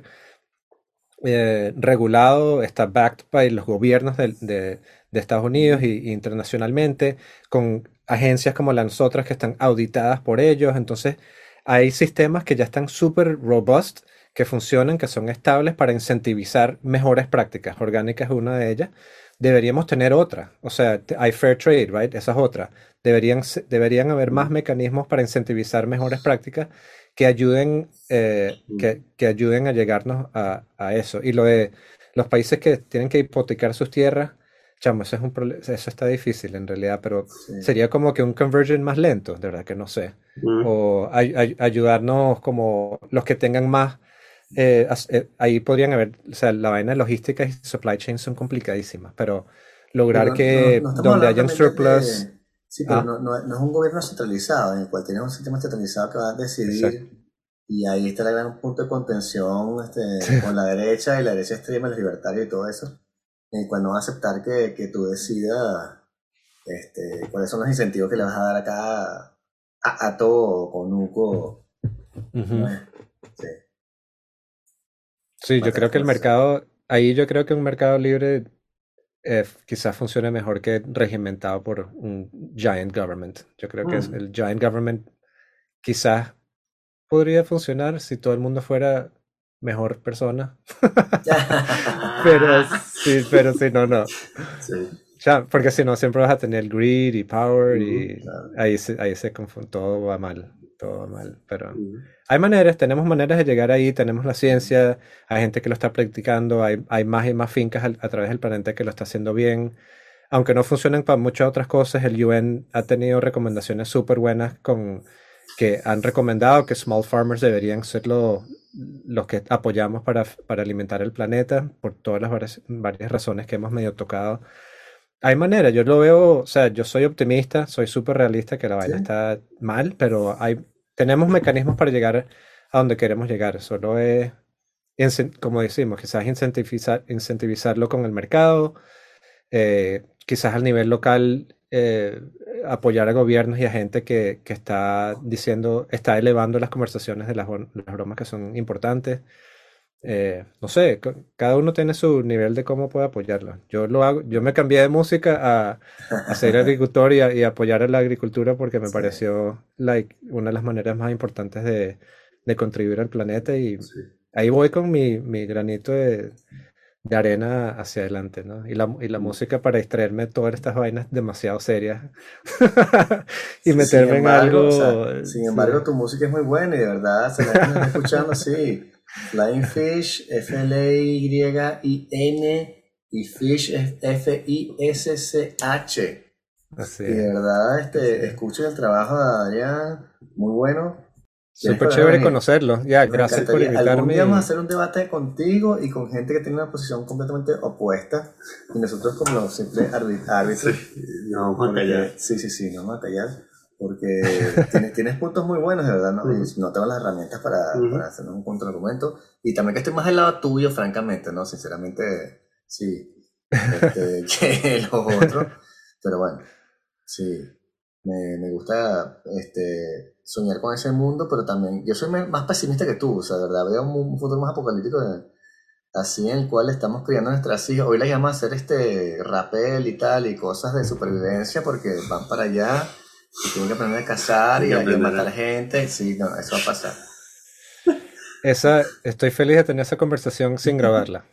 B: eh, regulado, está backed by los gobiernos de, de- de Estados Unidos
A: ujú,
B: y, y internacionalmente, con agencias como las nosotras que están auditadas por ellos. Entonces, hay sistemas que ya están súper robust, que funcionan, que son estables para incentivizar mejores prácticas. Orgánicas es una de ellas, deberíamos tener otra. O sea, te- hay fair trade, right? Esa es otra. Deberían, se- deberían haber más mecanismos para incentivizar mejores prácticas que ayuden, eh, que, que ayuden a llegarnos a, a eso. Y lo de los países que tienen que hipotecar sus tierras, chamo, eso es un prole- eso está difícil en realidad, pero
C: Sí.
B: sería como que un conversion más lento, de verdad que no sé.
A: Mm.
B: O ay- ay- ayudarnos como los que tengan más, eh, as- eh, ahí podrían haber, o sea, la vaina de logística y supply chain son complicadísimas, pero
C: Pero
B: lograr
C: no, no,
B: que
C: no estamos
B: donde
C: hablando
B: haya un
C: también de,
B: surplus,
C: de- sí, pero
B: ah,
C: no, no, no es un gobierno centralizado en el cual tienes un sistema centralizado que va a
B: exacto.
C: decidir y ahí está el gran punto de contención este, con la derecha y la derecha extrema, los libertarios y todo eso, en el cual no va a aceptar que, que tú decidas este, cuáles son los incentivos que le vas a dar a cada a, a todo conuco.
B: Ujú.
C: ¿No es? Sí,
B: Sí,
C: va a
B: yo creo
C: tener
B: que el
C: fuerza.
B: mercado, ahí yo creo que un mercado libre eh, f- quizás funcione mejor que regimentado por un giant government. Yo creo que es-
C: Mm.
B: el giant government quizás podría funcionar si todo el mundo fuera mejor persona. Pero sí, pero si no, no.
A: Sí.
B: Ya, porque si no, siempre vas a tener greed y power
A: Ujú,
B: y
C: Claro.
B: ahí se, ahí se confunde, todo va mal, todo va mal. Pero
A: ujú.
B: hay maneras, tenemos maneras de llegar ahí, tenemos la ciencia, hay gente que lo está practicando, hay, hay más y más fincas al- a través del planeta que lo está haciendo bien. Aunque no funcionen para muchas otras cosas, el U N ha tenido recomendaciones súper buenas con que han recomendado que small farmers deberían ser lo- los que apoyamos para, para alimentar el planeta por todas las varias, varias razones que hemos medio tocado. Hay manera, yo lo veo, o sea, yo soy optimista, soy súper realista que la vaina
C: Sí,
B: está mal, pero hay, tenemos mecanismos para llegar a donde queremos llegar. Solo es, incen- como decimos, quizás incentivizar, incentivizarlo con el mercado, eh, quizás al nivel local eh, apoyar a gobiernos y a gente que, que está diciendo, está elevando las conversaciones de las, bron- las bromas que son importantes. Eh, no sé, ca- cada uno tiene su nivel de cómo puede apoyarlo. Yo lo hago, yo me cambié de música a, a ser agricultor y, a- y apoyar a la agricultura porque me
C: sí,
B: pareció like, una de las maneras más importantes de, de contribuir al planeta y
A: Sí.
B: ahí voy con mi, mi granito de, de arena hacia adelante, ¿no? Y la, y la
A: Mm.
B: música para distraerme de todas estas vainas demasiado serias y
C: sí, sin
B: meterme en
C: embargo, o sea,
B: algo,
C: sin
B: sí,
C: embargo, tu música es muy buena y de verdad, se la que nos está escuchando, sí. Flying Fish, F L Y I N y Fish es F I S C H.
B: así
C: Y de
B: es.
C: verdad,
B: Así
C: este,
B: es.
C: escuchen el trabajo de Adrián, muy bueno. Tienes que
B: Súper
C: volver a
B: chévere
C: venir.
B: conocerlo. Ya,
C: Nos
B: gracias por
C: encantaría. Algún día vamos a
B: invitarme.
C: hacer un debate contigo y con gente que tenga una posición completamente opuesta. Y nosotros como los simples árbi- árbitros.
A: Sí, no vamos a callar.
C: Porque, sí, sí, sí, no vamos a callar. Porque tienes, tienes puntos muy buenos, de verdad, ¿no? Y
A: Ujú.
C: no tengo las herramientas para,
A: Ujú.
C: para hacernos un contraargumento. Y también que estoy más del lado tuyo, francamente, ¿no? Sinceramente, sí. Este, que los otros. Pero bueno, sí. Me, me gusta este, soñar con ese mundo, pero también yo soy me- más pesimista que tú, o sea, de verdad veo un, un futuro más apocalíptico de- así en el cual estamos criando nuestras hijas. Hoy las llaman a hacer este rappel y tal y cosas de supervivencia porque van para allá y tienen que aprender a cazar
A: Hay
C: y
A: que
C: a, y a
A: aprender
C: matar
A: a-
C: gente. Sí, no, eso va a pasar.
B: Esa, estoy feliz de tener esa conversación sin grabarla.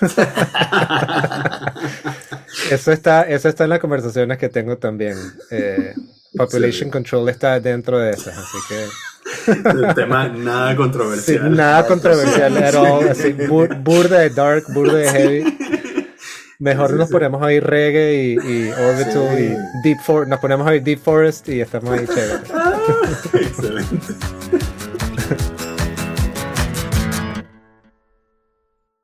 B: Eso está, eso está en las conversaciones que tengo también. Eh, population
A: Excelente.
B: control está dentro de esas, así que
A: El tema nada
B: sí,
A: controversial.
B: nada
C: Exacto,
B: controversial
C: sí.
B: at all, así, bur- burda de dark, burda de heavy. Mejor
A: Sí, sí,
B: nos
A: sí.
B: ponemos a oír reggae y, y Orbital
C: Sí.
B: y Deep Forest, nos ponemos a oír Deep Forest y estamos ahí chévere.
A: Excelente.